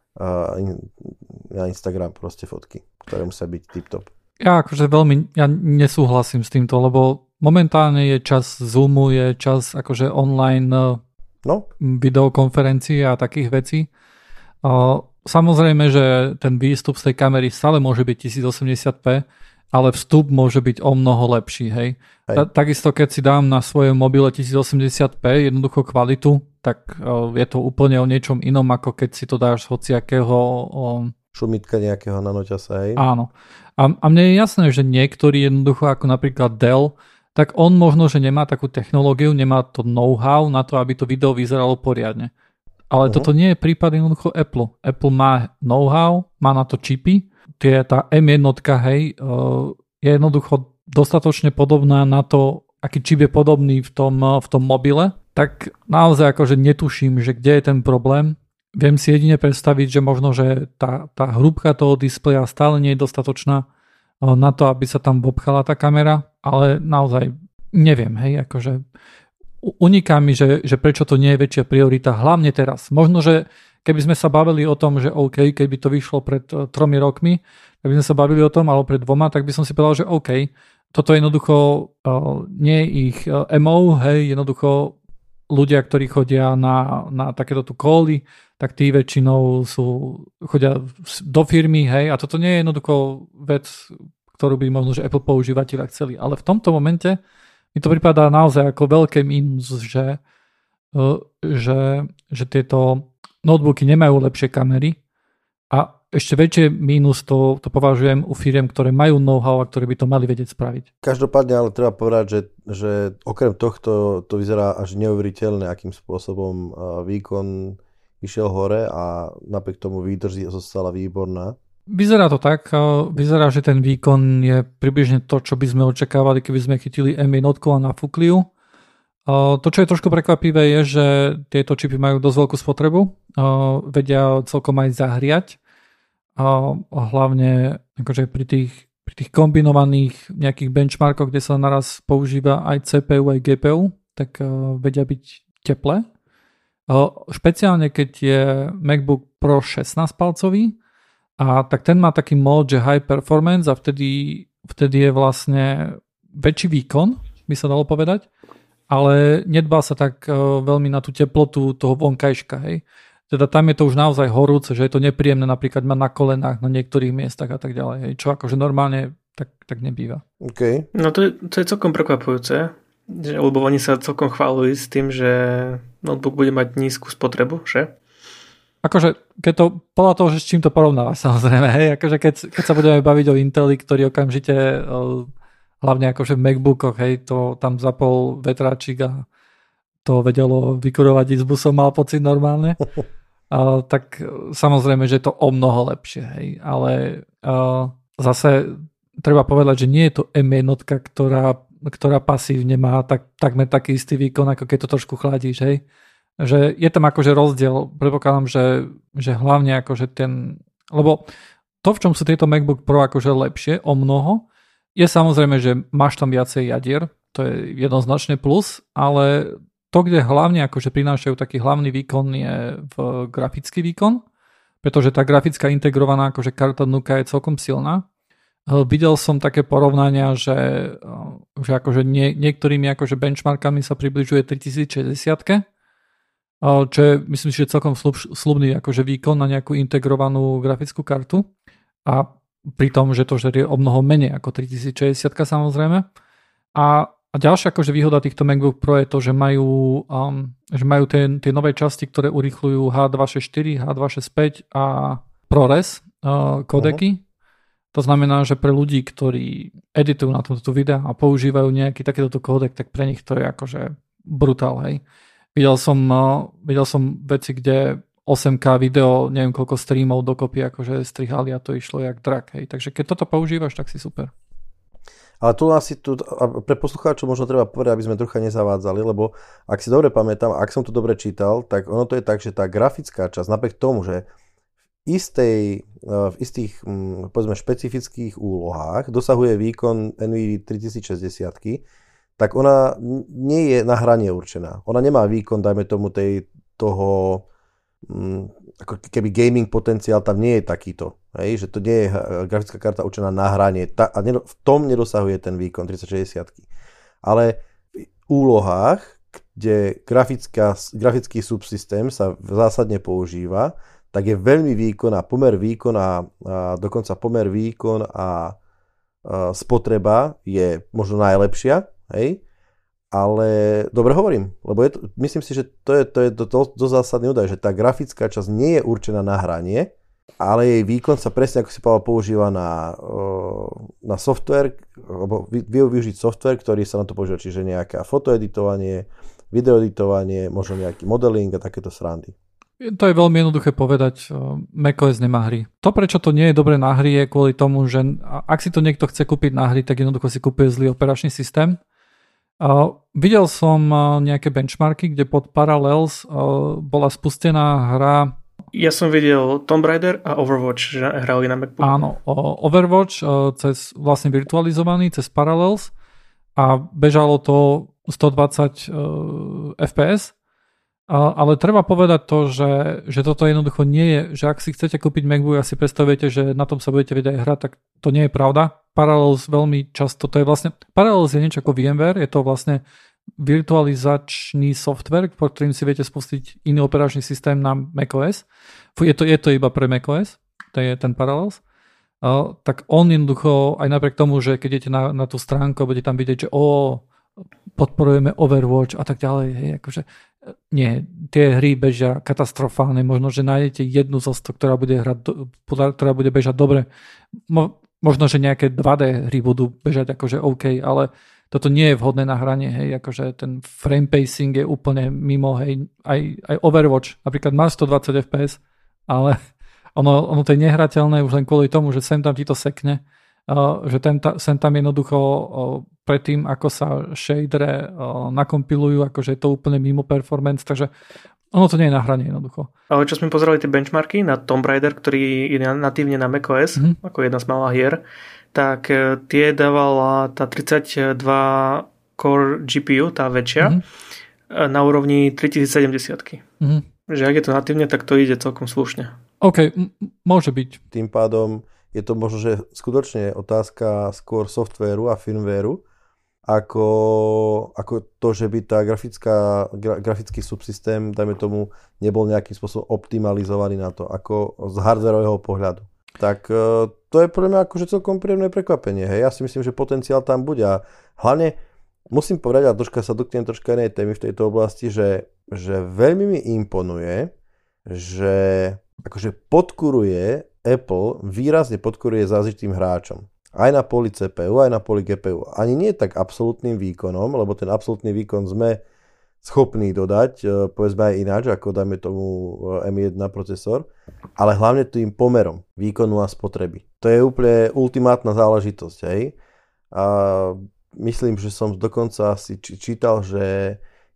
na Instagram proste fotky, ktoré musia byť tip-top. Ja nesúhlasím s týmto, lebo momentálne je čas Zoomu, je čas akože online videokonferencií a takých vecí. Samozrejme, že ten výstup z tej kamery stále môže byť 1080p, ale vstup môže byť o mnoho lepší, hej. Takisto, keď si dám na svojom mobile 1080p, jednoducho kvalitu, tak je to úplne o niečom inom, ako keď si to dáš z hociakého... Šumitka nejakého nanoťasa, hej. Áno. A mne je jasné, že niektorí jednoducho, ako napríklad Dell, tak on možno, že nemá takú technológiu, nemá to know-how na to, aby to video vyzeralo poriadne. Ale toto nie je prípad jednoducho Apple. Apple má know-how, má na to čipy. Tá M1, hej, je jednoducho dostatočne podobná na to, aký čip je podobný v tom mobile. Tak naozaj akože netuším, že kde je ten problém. Viem si jedine predstaviť, že možno, že tá hrúbka toho displeja stále nie je dostatočná na to, aby sa tam vopchala tá kamera, ale naozaj neviem, hej, akože uniká mi, že prečo to nie je väčšia priorita, hlavne teraz. Možno, že keby sme sa bavili o tom, že OK, keby to vyšlo pred 3 rokmi, keby sme sa bavili o tom, alebo pred 2, tak by som si povedal, že OK, toto jednoducho nie je ich MO, hej, jednoducho ľudia, ktorí chodia na takéto tu cally, tak tí väčšinou chodia do firmy, hej, a toto nie je jednoducho vec, ktorú by možno, že Apple používateľa chceli. Ale v tomto momente mi to pripadá naozaj ako veľké mínus, že tieto notebooky nemajú lepšie kamery a ešte väčšie mínus to považujem u firiem, ktoré majú know-how a ktoré by to mali vedieť spraviť. Každopádne ale treba povedať, že okrem tohto to vyzerá až neuveriteľné, akým spôsobom výkon išiel hore a napriek tomu výdrž zostala výborná. Vyzerá to tak, vyzerá, že ten výkon je približne to, čo by sme očakávali, keby sme chytili M1 a nafúkli ju. To, čo je trošku prekvapivé, je, že tieto čipy majú dosť veľkú spotrebu, vedia celkom aj zahriať. Hlavne akože pri tých kombinovaných nejakých benchmarkoch, kde sa naraz používa aj CPU, aj GPU, tak vedia byť teplé. Špeciálne keď je MacBook Pro 16-palcový, a tak ten má taký mód, že high performance a vtedy je vlastne väčší výkon, by sa dalo povedať, ale nedbá sa tak veľmi na tú teplotu toho vonkajška, hej. Teda tam je to už naozaj horúce, že je to nepríjemné napríklad mať na kolenách na niektorých miestach a tak ďalej, hej, čo akože normálne tak nebýva. Okay. No to je celkom prekvapujúce, lebo oni sa celkom chválili s tým, že notebook bude mať nízku spotrebu, že? Akože, keď to, podľa toho, že s čím to porovnávaš, samozrejme, hej, akože keď sa budeme baviť o Inteli, ktorý okamžite, hlavne akože v MacBookoch, hej, to tam zapol vetráčik a to vedelo vykurovať izbu, som mal pocit normálne, tak samozrejme, že je to o mnoho lepšie, hej, ale zase treba povedať, že nie je to M1, ktorá pasívne má takmer taký istý výkon, ako keď to trošku chladíš, hej. Že je tam akože rozdiel, predpokladám, že hlavne akože lebo to, v čom sú tieto MacBook Pro akože lepšie o mnoho, je samozrejme, že máš tam viacej jadier, to je jednoznačne plus, ale to, kde hlavne akože prinášajú taký hlavný výkon je v grafický výkon, pretože tá grafická integrovaná akože karta NUCA je celkom silná. Videl som také porovnania, že akože niektorými akože benchmarkami sa približuje 3060, čo je myslím si, že celkom slubný akože výkon na nejakú integrovanú grafickú kartu a pri tom, že to žerie o mnoho menej ako 3060 samozrejme. A ďalšia akože výhoda týchto MacBook Pro je to, že majú tie nové časti, ktoré urýchľujú H264, H265 a ProRes kodeky. To znamená, že pre ľudí, ktorí editujú na tomto videa a používajú nejaký takýto kódek, tak pre nich to je akože brutál, hej. Videl som veci, kde 8K video, neviem koľko streamov dokopy akože strihali a to išlo jak drak, hej. Takže keď toto používaš, tak si super. Ale tu asi pre poslucháčov možno treba povedať, aby sme trocha nezavádzali, lebo ak si dobre pamätám, ak som to dobre čítal, tak ono to je tak, že tá grafická časť, napriek tomu, že v istých povedzme špecifických úlohách dosahuje výkon NVIDIA 3060, tak ona nie je na hranie určená. Ona nemá výkon, dajme tomu toho ako keby gaming potenciál tam nie je takýto. Hej? Že to nie je grafická karta určená na hranie a v tom nedosahuje ten výkon 3060. Ale v úlohách, kde grafický subsystém sa zásadne používa, tak je veľmi výkon a pomer výkon a dokonca pomer výkon a spotreba je možno najlepšia, hej? Ale dobre hovorím, lebo myslím si, že to je dosť zásadný údaj, že tá grafická časť nie je určená na hranie, ale jej výkon sa presne, ako si povedal, používa na software, alebo využiť software, ktorý sa na to používa, čiže nejaké fotoeditovanie, videoeditovanie, možno nejaký modeling a takéto srandy. To je veľmi jednoduché povedať, macOS nemá hry. To, prečo to nie je dobre na hry, je kvôli tomu, že ak si to niekto chce kúpiť na hry, tak jednoducho si kúpuje zlý operačný systém. Videl som nejaké benchmarky, kde pod Parallels bola spustená hra. Ja som videl Tomb Raider a Overwatch, že hrali na MacBooku. Áno, Overwatch cez vlastne virtualizovaný, cez Parallels a bežalo to 120 FPS. Ale treba povedať to, že toto jednoducho nie je, že ak si chcete kúpiť MacBook a si predstavujete, že na tom sa budete vedieť aj hrať, tak to nie je pravda. Parallels veľmi často, to je vlastne, Parallels je niečo ako VMware, je to vlastne virtualizačný software, pod ktorým si viete spustiť iný operačný systém na macOS. Je to iba pre macOS, to je ten Parallels. Tak on jednoducho, aj napriek tomu, že keď idete na tú stránku, budete tam vidieť, že podporujeme Overwatch a tak ďalej, hej, akože nie, tie hry bežia katastrofálne, možno, že nájdete jednu zo 100, ktorá bude bežať dobre. Možno, že nejaké 2D hry budú bežať akože OK, ale toto nie je vhodné na hranie, hej, akože ten frame pacing je úplne mimo, hej, aj Overwatch, napríklad má 120 FPS, ale ono to je nehrateľné už len kvôli tomu, že sem tam ti to sekne, že sem tam jednoducho predtým, ako sa shadere nakompilujú, akože je to úplne mimo performance, takže ono to nie je na hranie jednoducho. Ale čo sme pozerali tie benchmarky na Tomb Raider, ktorý je natívne na macOS, ako jedna z malých hier, tak tie dávala tá 32 core GPU, tá väčšia, na úrovni 3070. Že ak je to natívne, tak to ide celkom slušne. OK, môže byť. Tým pádom je to možno, že skutočne otázka skôr softvéru a firmvéru, ako to, že by tá grafický subsystém, dajme tomu, nebol nejakým spôsobom optimalizovaný na to, ako z hardwarového pohľadu. Tak to je pre mňa akože celkom príjemné prekvapenie. Hej? Ja si myslím, že potenciál tam bude. A hlavne musím povedať, a troška sa dotknem troška inej témy v tejto oblasti, že veľmi mi imponuje, že akože podkuruje Apple, výrazne podkuruje zážitým hráčom. Aj na poli CPU, aj na poli GPU. Ani nie tak absolútnym výkonom, lebo ten absolútny výkon sme schopní dodať, povedzme aj ináč, ako dajme tomu M1 procesor, ale hlavne tým pomerom výkonu a spotreby. To je úplne ultimátna záležitosť. Hej? A myslím, že som dokonca si čítal, že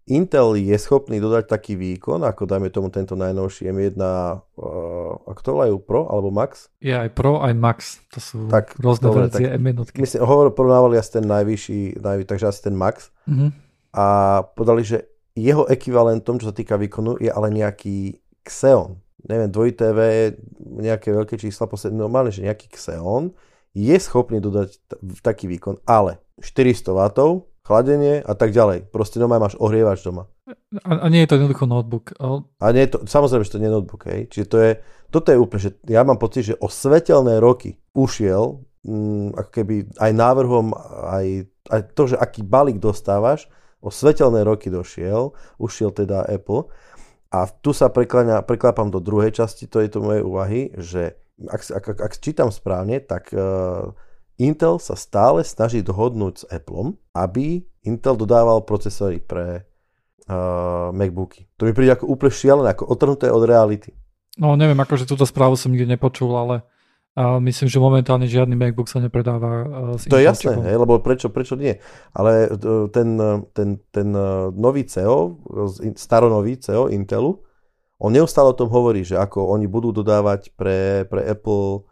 Intel je schopný dodať taký výkon, ako dajme tomu tento najnovší M1, ako to volajú Pro alebo Max? Je aj Pro, aj Max. To sú tak, rôzne verzie M1. Myslím, porovnávali asi ten najvyšší, takže asi ten Max. A podali, že jeho ekvivalentom, čo sa týka výkonu, je ale nejaký Xeon. Neviem, 2TV, nejaké veľké čísla, normálne, že nejaký Xeon je schopný dodať taký výkon, ale 400 W, chladenie a tak ďalej. Proste doma máš ohrievač doma. A nie je to jednoducho notebook. A nie je to, samozrejme, že to nie je notebook. Hej. Čiže toto je úplne, že ja mám pocit, že o svetelné roky ušiel, ako keby aj návrhom, aj to, že aký balík dostávaš, o svetelné roky ušiel teda Apple. A tu sa preklápam do druhej časti tejto mojej úvahy, že ak čítam správne, tak Intel sa stále snaží dohodnúť s Appleom, aby Intel dodával procesory pre MacBooky. To mi príde ako úplne šialené, ako otrhnuté od reality. No neviem, akože túto správu som nikdy nepočul, ale myslím, že momentálne žiadny MacBook sa nepredáva s Intel. To je jasné, lebo prečo nie? Ale ten nový CEO, staronový CEO Intelu, on neustále o tom hovorí, že ako oni budú dodávať pre Apple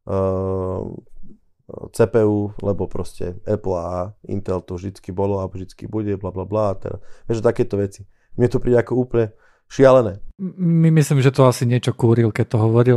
CPU, lebo proste Apple a Intel to vždycky bolo a vždycky bude, blablabla. Vieš, takéto veci. Mne to príde ako úplne šialené. My myslím, že to asi niečo kúril, keď to hovoril,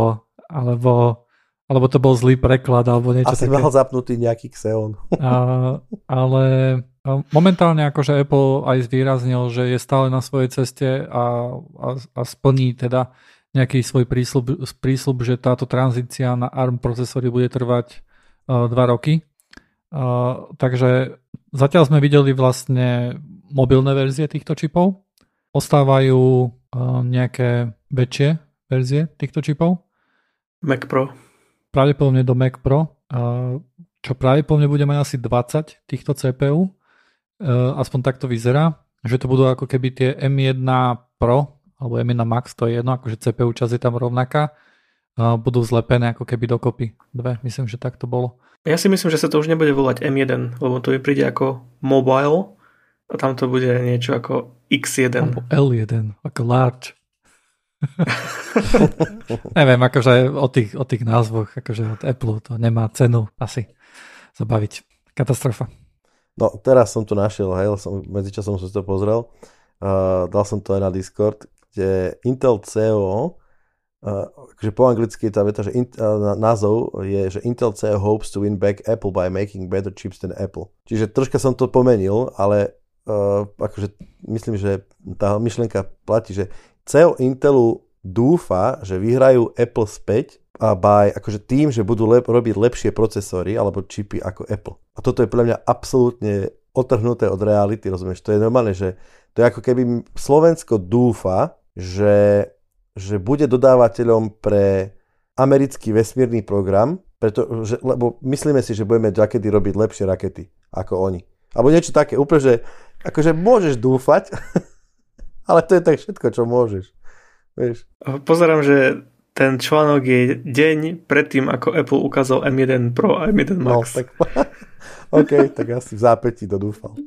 alebo to bol zlý preklad, alebo niečo asi také. Asi mal zapnutý nejaký Xeon. Ale momentálne akože Apple aj zvýraznil, že je stále na svojej ceste a splní teda nejaký svoj prísľub, že táto tranzícia na ARM procesory bude trvať 2 roky. Takže zatiaľ sme videli vlastne mobilné verzie týchto čipov. Ostávajú nejaké väčšie verzie týchto čipov. Mac Pro. Pravdepodobne do Mac Pro, čo pravdepodobne bude mať asi 20 týchto CPU. Aspoň takto vyzerá, že to budú ako keby tie M1 Pro alebo M1 Max, to je jedno, akože CPU časť je tam rovnaká. Budú zlepené ako keby dokopy. Dve, myslím, že tak to bolo. Ja si myslím, že sa to už nebude volať M1, lebo to mi príde ako mobile a tam to bude niečo ako X1. Alebo L1, ako large. Neviem, akože o tých názvoch, akože od Apple to nemá cenu asi zabaviť. Katastrofa. No, teraz som to našiel, medzičasom som si to pozrel. Dal som to aj na Discord, kde Intel CEO, akože po anglicky je tá veta, že názov je, že Intel CEO hopes to win back Apple by making better chips than Apple. Čiže troška som to pomenil, ale akože myslím, že tá myšlienka platí, že CEO Intelu dúfa, že vyhrajú Apple späť a akože tým, že budú robiť lepšie procesory alebo čipy ako Apple. A toto je podľa mňa absolútne otrhnuté od reality, rozumieš? To je normálne, že to je ako keby Slovensko dúfa, že bude dodávateľom pre americký vesmírny program, lebo myslíme si, že budeme rakety robiť lepšie rakety ako oni. Alebo niečo také, úplne, že akože môžeš dúfať, ale to je tak všetko, čo môžeš. Vieš. Pozerám, že ten článok je deň predtým, ako Apple ukázal M1 Pro a M1 Max. No, tak OK, tak asi v zápätí to dúfal.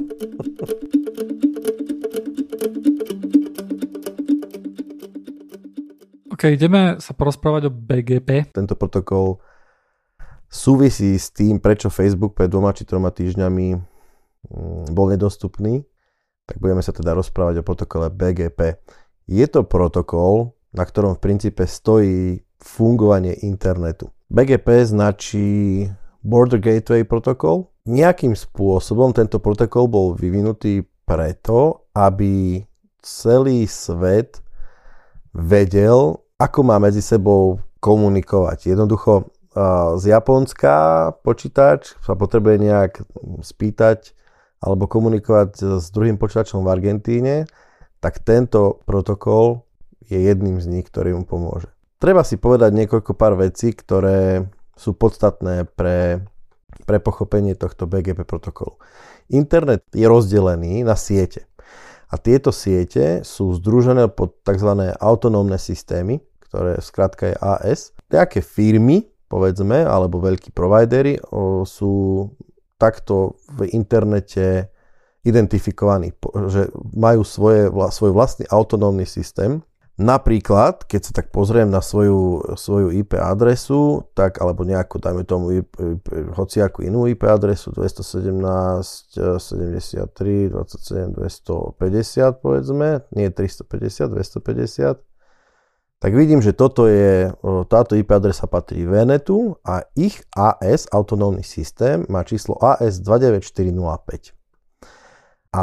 OK, ideme sa porozprávať o BGP. Tento protokol súvisí s tým, prečo Facebook pred 2 či 3 týždňami bol nedostupný. Tak budeme sa teda rozprávať o protokole BGP. Je to protokol, na ktorom v princípe stojí fungovanie internetu. BGP značí Border Gateway Protocol. Nejakým spôsobom tento protokol bol vyvinutý preto, aby celý svet vedel, ako má medzi sebou komunikovať. Jednoducho z Japonska počítač sa potrebuje nejak spýtať alebo komunikovať s druhým počítačom v Argentíne, tak tento protokol je jedným z nich, ktorý mu pomôže. Treba si povedať niekoľko pár vecí, ktoré sú podstatné pre pochopenie tohto BGP protokolu. Internet je rozdelený na siete. A tieto siete sú združené pod tzv. Autonómne systémy, ktoré skrátka je AS. Nejaké firmy, povedzme, alebo veľkí providery sú takto v internete identifikovaní, že majú svoj vlastný autonómny systém. Napríklad, keď sa tak pozriem na svoju IP adresu, tak, alebo nejakú, dajme tomu, hociakú inú IP adresu, 217, 73, 27, 250, povedzme, nie 350, 250, tak vidím, že táto IP adresa patrí VNetu a ich AS, autonómny systém, má číslo AS 29405. A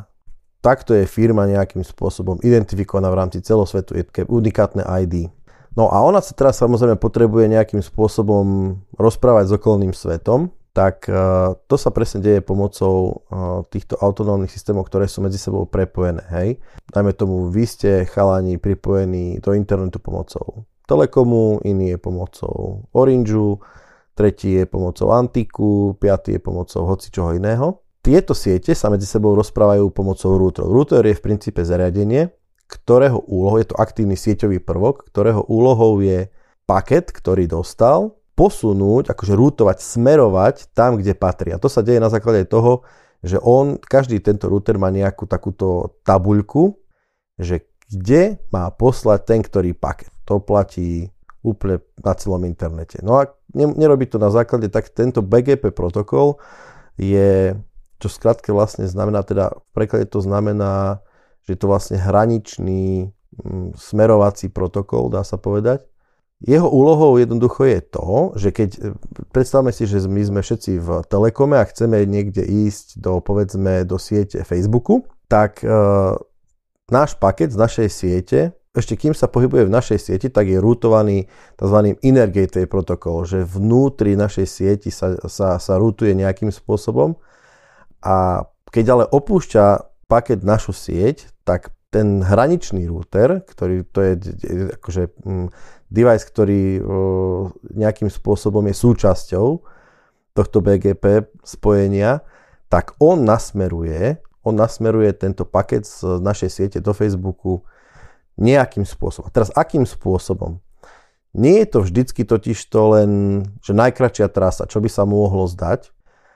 takto je firma nejakým spôsobom identifikovaná v rámci celosvetu, je také unikátne ID. No a ona sa teraz samozrejme potrebuje nejakým spôsobom rozprávať s okolným svetom, tak to sa presne deje pomocou týchto autonómnych systémov, ktoré sú medzi sebou prepojené. Hej. Dajme tomu, vy ste chalani pripojení do internetu pomocou Telekomu, iný je pomocou Orangeu, tretí je pomocou Antiku, piatý je pomocou hocičoho iného. Tieto siete sa medzi sebou rozprávajú pomocou routerov. Router je v princípe zariadenie, ktorého úlohou, je to aktívny sieťový prvok, ktorého úlohou je paket, ktorý dostal, posunúť, akože routovať, smerovať tam, kde patrí. A to sa deje na základe toho, že každý tento router má nejakú takúto tabuľku, že kde má poslať ten, ktorý paket. To platí úplne na celom internete. No a nerobí to na základe, tak tento BGP protokol je, čo skratke vlastne znamená, teda v preklade to znamená, že je to vlastne hraničný smerovací protokol, dá sa povedať. Jeho úlohou jednoducho je to, že keď predstavme si, že my sme všetci v Telekome a chceme niekde ísť povedzme do siete Facebooku, tak náš paket z našej siete, ešte kým sa pohybuje v našej sieti, tak je routovaný tzv. Inner Gateway protokol, že vnútri našej sieti sa routuje nejakým spôsobom. A keď ale opúšťa paket našu sieť, tak ten hraničný router, ktorý to je akože device, ktorý nejakým spôsobom je súčasťou tohto BGP spojenia, tak on nasmeruje tento paket z našej siete do Facebooku nejakým spôsobom. A teraz akým spôsobom? Nie je to vždycky totiž to len, že najkratšia trasa, čo by sa mohlo zdať,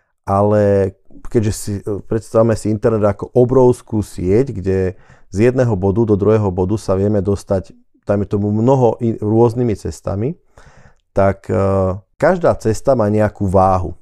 ale keďže predstavme si internet ako obrovskú sieť, kde z jedného bodu do druhého bodu sa vieme dostať, dajme tomu, mnoho rôznymi cestami, tak každá cesta má nejakú váhu.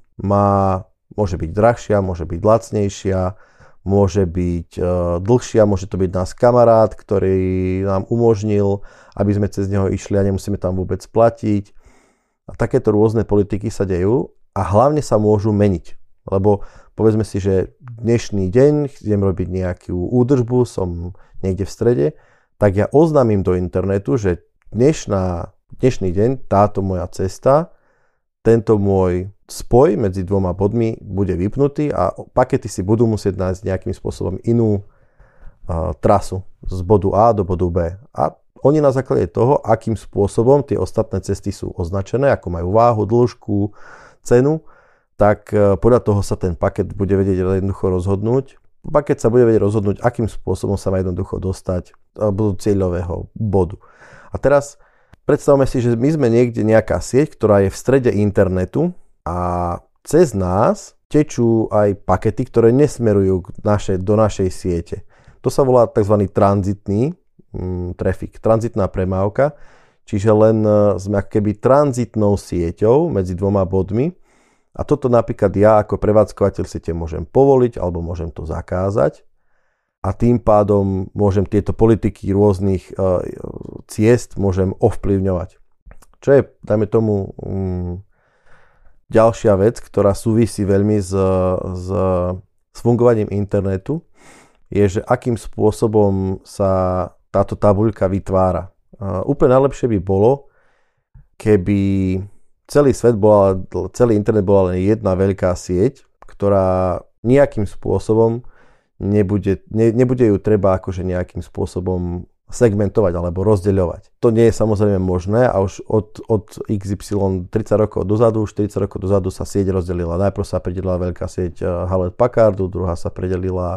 Môže byť drahšia, môže byť lacnejšia, môže byť dlhšia, môže to byť náš kamarát, ktorý nám umožnil, aby sme cez neho išli a nemusíme tam vôbec platiť. A takéto rôzne politiky sa dejú a hlavne sa môžu meniť. Lebo povedzme si, že dnešný deň idem robiť nejakú údržbu, som niekde v strede, tak ja oznámim do internetu, že dnešný deň, táto moja cesta, tento môj spoj medzi dvoma bodmi bude vypnutý a pakety si budú musieť nájsť nejakým spôsobom inú trasu z bodu A do bodu B. A oni na základe toho, akým spôsobom tie ostatné cesty sú označené, ako majú váhu, dĺžku, cenu, tak podľa toho sa ten paket bude vedieť jednoducho rozhodnúť. Paket sa bude vedieť rozhodnúť, akým spôsobom sa má jednoducho dostať do cieľového bodu. A teraz predstavme si, že my sme niekde nejaká sieť, ktorá je v strede internetu a cez nás tečú aj pakety, ktoré nesmerujú do našej siete. To sa volá tzv. Tranzitný trafik, tranzitná premávka, čiže len sme akoby tranzitnou sieťou medzi dvoma bodmi. A toto napríklad ja ako prevádzkovateľ siete môžem povoliť alebo môžem to zakázať a tým pádom môžem tieto politiky rôznych ciest môžem ovplyvňovať. Čo je, dajme tomu, ďalšia vec, ktorá súvisí veľmi s fungovaním internetu, je, že akým spôsobom sa táto tabuľka vytvára. Úplne najlepšie by bolo, keby celý internet bola len jedna veľká sieť, ktorá nejakým spôsobom nebude ju treba akože nejakým spôsobom segmentovať alebo rozdeľovať. To nie je samozrejme možné a už od XY 30 rokov dozadu, 40 rokov dozadu sa sieť rozdelila. Najprv sa predelila veľká sieť Hewlett Packardu, druhá sa predelila,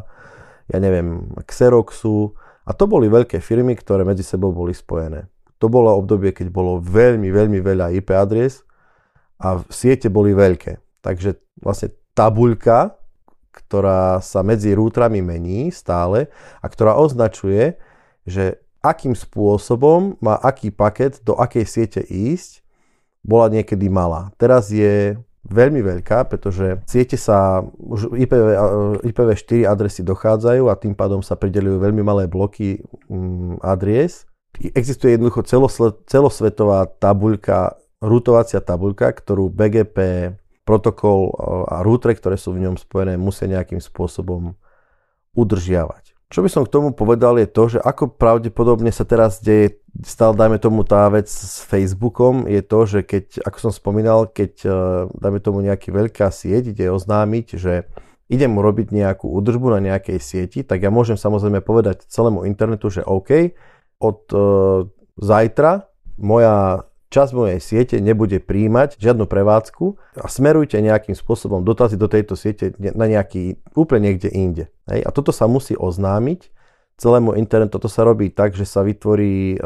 Xeroxu a to boli veľké firmy, ktoré medzi sebou boli spojené. To bolo obdobie, keď bolo veľmi, veľmi veľa IP adries a siete boli veľké. Takže vlastne tabuľka, ktorá sa medzi rútrami mení stále a ktorá označuje, že akým spôsobom má aký paket do akej siete ísť, bola niekedy malá. Teraz je veľmi veľká, pretože siete sa, už IPv4 adresy dochádzajú a tým pádom sa prideľujú veľmi malé bloky adries. Existuje jednoducho celosvetová tabuľka, rutovacia tabuľka, ktorú BGP protokol a rútre, ktoré sú v ňom spojené, musia nejakým spôsobom udržiavať. Čo by som k tomu povedal je to, že ako pravdepodobne sa teraz deje, stále dajme tomu tá vec s Facebookom, je to, že keď, ako som spomínal, keď dajme tomu nejaký veľká sieť ide oznámiť, že idem urobiť nejakú údržbu na nejakej sieti, tak ja môžem samozrejme povedať celému internetu, že OK, od zajtra časť mojej siete nebude prijímať žiadnu prevádzku a smerujte nejakým spôsobom dotazy do tejto siete na nejaký úplne niekde inde. Hej? A toto sa musí oznámiť celému internetu. To sa robí tak, že sa vytvorí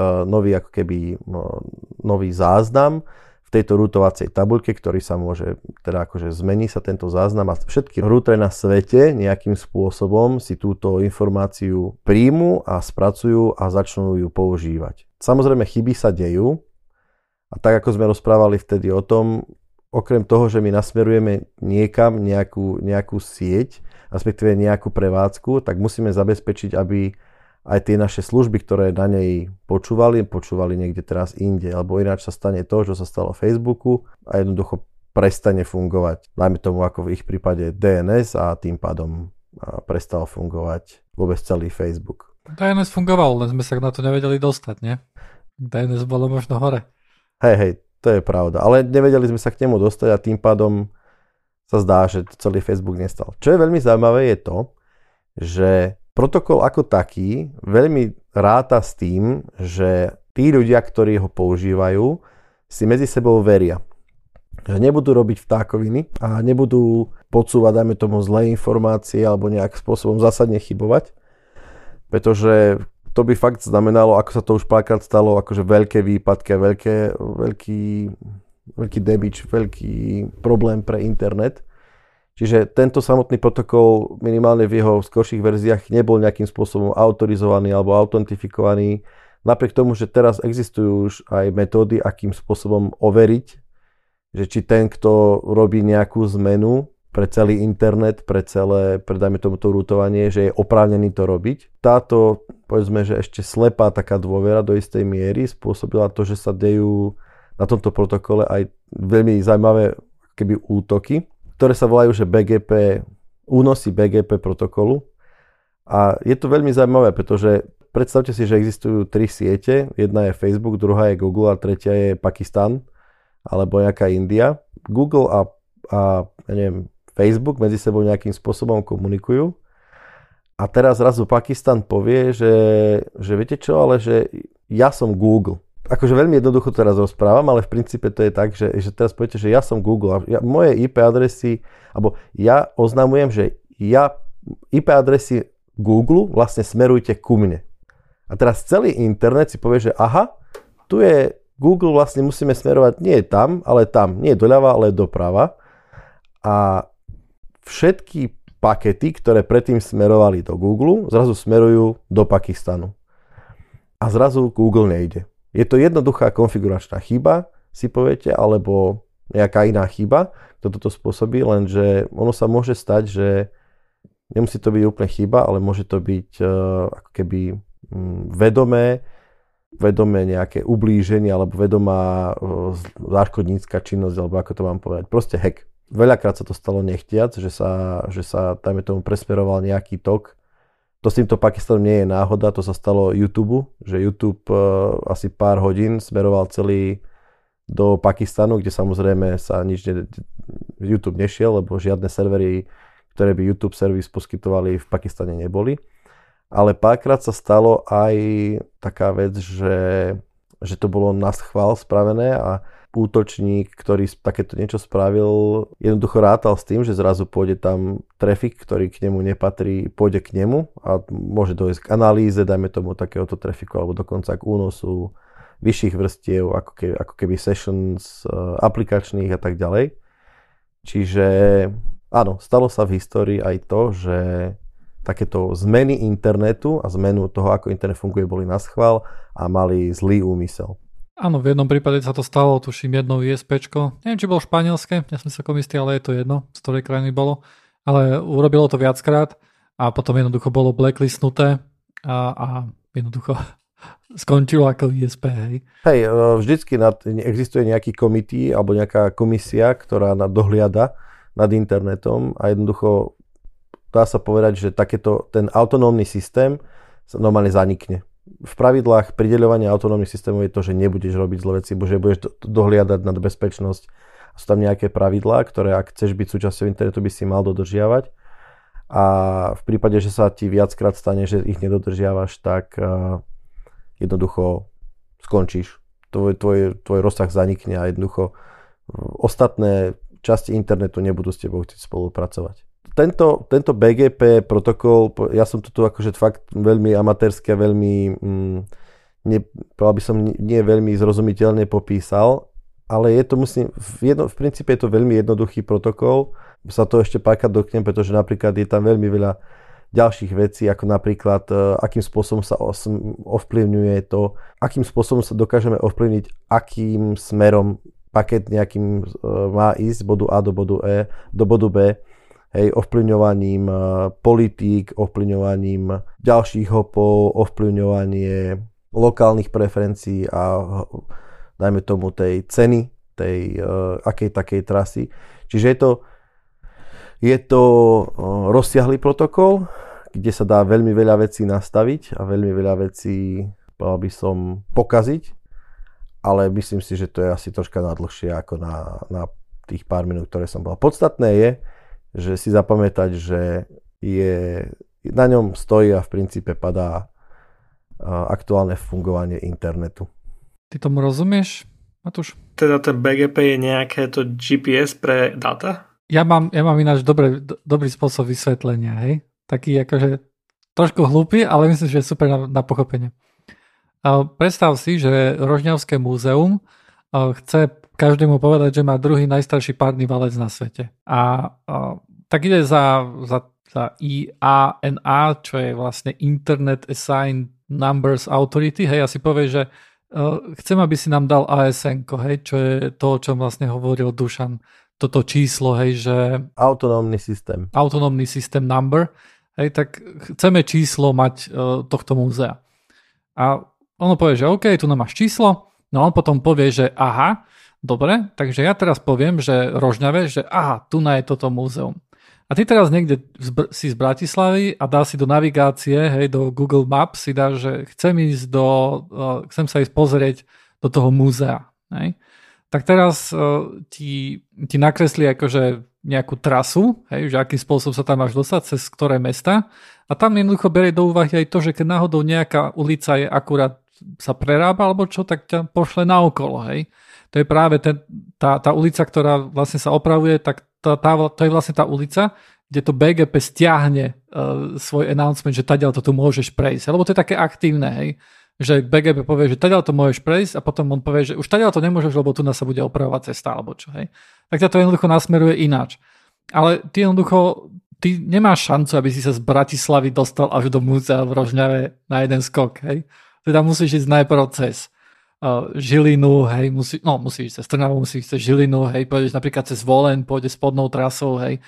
nový záznam v tejto rutovacej tabuľke, ktorý sa môže, teda akože zmení sa tento záznam a všetky rútre na svete nejakým spôsobom si túto informáciu príjmu a spracujú a začnú ju používať. Samozrejme chyby sa dejú. A tak, ako sme rozprávali vtedy o tom, okrem toho, že my nasmerujeme niekam nejakú sieť, respektíve nejakú prevádzku, tak musíme zabezpečiť, aby aj tie naše služby, ktoré na nej počúvali niekde teraz inde, alebo ináč sa stane to, čo sa stalo Facebooku a jednoducho prestane fungovať. Dajme tomu ako v ich prípade DNS a tým pádom prestal fungovať vôbec celý Facebook. DNS fungoval, len sme sa na to nevedeli dostať, nie? DNS bolo možno hore. Hej, to je pravda. Ale nevedeli sme sa k nemu dostať a tým pádom sa zdá, že celý Facebook nestal. Čo je veľmi zaujímavé je to, že protokol ako taký veľmi ráta s tým, že tí ľudia, ktorí ho používajú, si medzi sebou veria. Že nebudú robiť vtákoviny a nebudú podsúvať, dajme tomu, zlé informácie alebo nejakým spôsobom zásadne chybovať, pretože to by fakt znamenalo, ako sa to už párkrát stalo, akože veľké výpadky, veľký damage, veľký problém pre internet. Čiže tento samotný protokol minimálne v jeho skorších verziách nebol nejakým spôsobom autorizovaný alebo autentifikovaný. Napriek tomu, že teraz existujú už aj metódy, akým spôsobom overiť, že či ten, kto robí nejakú zmenu pre celý internet, dajme tomu to rútovanie, že je oprávnený to robiť. Táto, povedzme, že ešte slepá taká dôvera do istej miery spôsobila to, že sa dejú na tomto protokole aj veľmi zaujímavé útoky, ktoré sa volajú, že únosy BGP protokolu. A je to veľmi zaujímavé, pretože predstavte si, že existujú 3 siete. Jedna je Facebook, druhá je Google a tretia je Pakistan alebo nejaká India. Google a ja neviem, Facebook medzi sebou nejakým spôsobom komunikujú a teraz zrazu Pakistan povie, že viete čo, ale že ja som Google. Akože veľmi jednoducho teraz rozprávam, ale v princípe to je tak, že teraz poviete, že ja som Google a moje IP adresy, alebo ja oznamujem, že IP adresy Google vlastne smerujte ku mne. A teraz celý internet si povie, že aha, tu je Google, vlastne musíme smerovať nie tam, ale tam, nie doľava, ale doprava. A všetky pakety, ktoré predtým smerovali do Google, zrazu smerujú do Pakistanu. A zrazu Google nejde. Je to jednoduchá konfiguračná chyba, si poviete, alebo nejaká iná chyba, kto toto spôsobí, lenže ono sa môže stať, že nemusí to byť úplne chyba, ale môže to byť ako keby vedomé nejaké ublíženie alebo vedomá záškodnícka činnosť, alebo ako to mám povedať. Proste hack. Veľakrát sa to stalo nechtiac, že sa dajme tomu presmeroval nejaký tok. To s týmto Pakistanom nie je náhoda, to sa stalo YouTube, že YouTube asi pár hodín smeroval celý do Pakistanu, kde samozrejme sa YouTube nešiel, lebo žiadne servery, ktoré by YouTube servis poskytovali, v Pakistane neboli. Ale párkrát sa stalo aj taká vec, že to bolo naschvál spravené a útočník, ktorý takéto niečo spravil, jednoducho rátal s tým, že zrazu pôjde tam trafik, ktorý k nemu nepatrí, pôjde k nemu a môže dojsť k analýze, dajme tomu takéhoto trafiku, alebo dokonca k únosu vyšších vrstiev, ako keby sessions aplikačných a tak ďalej. Čiže áno, stalo sa v histórii aj to, že takéto zmeny internetu a zmenu toho, ako internet funguje, boli naschvál a mali zlý úmysel. Áno, v jednom prípade sa to stalo, tuším, jednou ISPčko. Neviem, či bolo španielské, ja som sa istý, ale je to jedno, z ktorej krajiny bolo. Ale urobilo to viackrát a potom jednoducho bolo blacklistnuté a jednoducho skončilo ako ISP, hej. Hej, vždycky existuje nejaký komitý alebo nejaká komisia, ktorá dohliada nad internetom a jednoducho dá sa povedať, že ten autonómny systém normálne zanikne. V pravidlách prideľovania autonómnych systémov je to, že nebudeš robiť zlé veci, že budeš dohliadať nad bezpečnosť. Sú tam nejaké pravidlá, ktoré ak chceš byť súčasťou internetu, by si mal dodržiavať. A v prípade, že sa ti viackrát stane, že ich nedodržiavaš, tak jednoducho skončíš. Tvoj rozsah zanikne a jednoducho ostatné časti internetu nebudú s tebou chcieť spolupracovať. Tento BGP protokol, ja som to tu akože fakt veľmi amatérsky a veľmi, povedal by som, nie veľmi zrozumiteľne popísal, ale je to, v princípe je to veľmi jednoduchý protokol. Sa to ešte párkrát dotknem, pretože napríklad je tam veľmi veľa ďalších vecí, ako napríklad akým spôsobom sa ovplyvňuje to, akým spôsobom sa dokážeme ovplyvniť, akým smerom paket nejakým má ísť z bodu A do bodu E, do bodu B, hej, ovplyvňovaním politík, ovplyvňovaním ďalších hopov, ovplyvňovanie lokálnych preferencií a dajme tomu tej ceny, tej akej takej trasy. Čiže je to rozsiahlý protokol, kde sa dá veľmi veľa vecí nastaviť a veľmi veľa vecí, povedal by som, pokaziť, ale myslím si, že to je asi troška nadlhšie ako na tých pár minút, ktoré som bol. Podstatné je, že si zapamätať, že na ňom stojí a v princípe padá aktuálne fungovanie internetu. Ty tomu rozumieš, Matúš? Teda ten BGP je nejaké to GPS pre data? Ja mám ináč dobrý spôsob vysvetlenia, hej? Taký akože trošku hlúpy, ale myslím, že je super na pochopenie. Predstav si, že Rožňavské múzeum chce každému povedať, že má druhý najstarší párny valec na svete. A tak ide za IANA, čo je vlastne Internet Assigned Numbers Authority, hej, a si povie, že chcem, aby si nám dal ASN-ko, hej, čo je to, o čom vlastne hovoril Dušan. Toto číslo, hej, že... Autonómny systém number, hej, tak chceme číslo mať tohto múzea. A ono povie, že OK, tu nám máš číslo, no on potom povie, že aha, dobre, takže ja teraz poviem, že Rožňave, že aha, tu je toto múzeum. A ty teraz niekde si z Bratislavy a dá si do navigácie, hej, do Google Maps si dá, že chcem sa ísť pozrieť do toho múzea, hej. Tak teraz ti nakreslí akože nejakú trasu, hej, že akým spôsobom sa tam máš dostať, cez ktoré mesta. A tam jednoducho berie do úvahy aj to, že keď náhodou nejaká ulica je akurát sa prerába alebo čo, tak ťa pošle naokolo, hej. To je práve tá ulica, ktorá vlastne sa opravuje, tak to je vlastne tá ulica, kde to BGP stiahne svoj announcement, že tadiaľ to tu môžeš prejsť. Lebo to je také aktívne, hej. Že BGP povie, že tadiaľ to môžeš prejsť a potom on povie, že už tadiaľ to nemôžeš, lebo tu nás sa bude opravovať cesta alebo čo, hej. Tak ťa to jednoducho nasmeruje ináč. Ale ty nemáš šancu, aby si sa z Bratislavy dostal až do múzea v Rožňave na jeden skok, hej. Teda musíš ísť najprv cez Žilinu, hej, musíš ísť cez Trnavu, musíš ísť cez Žilinu, hej, pôjdeš napríklad cez Voleň, pôjdeš spodnou trasou, hej,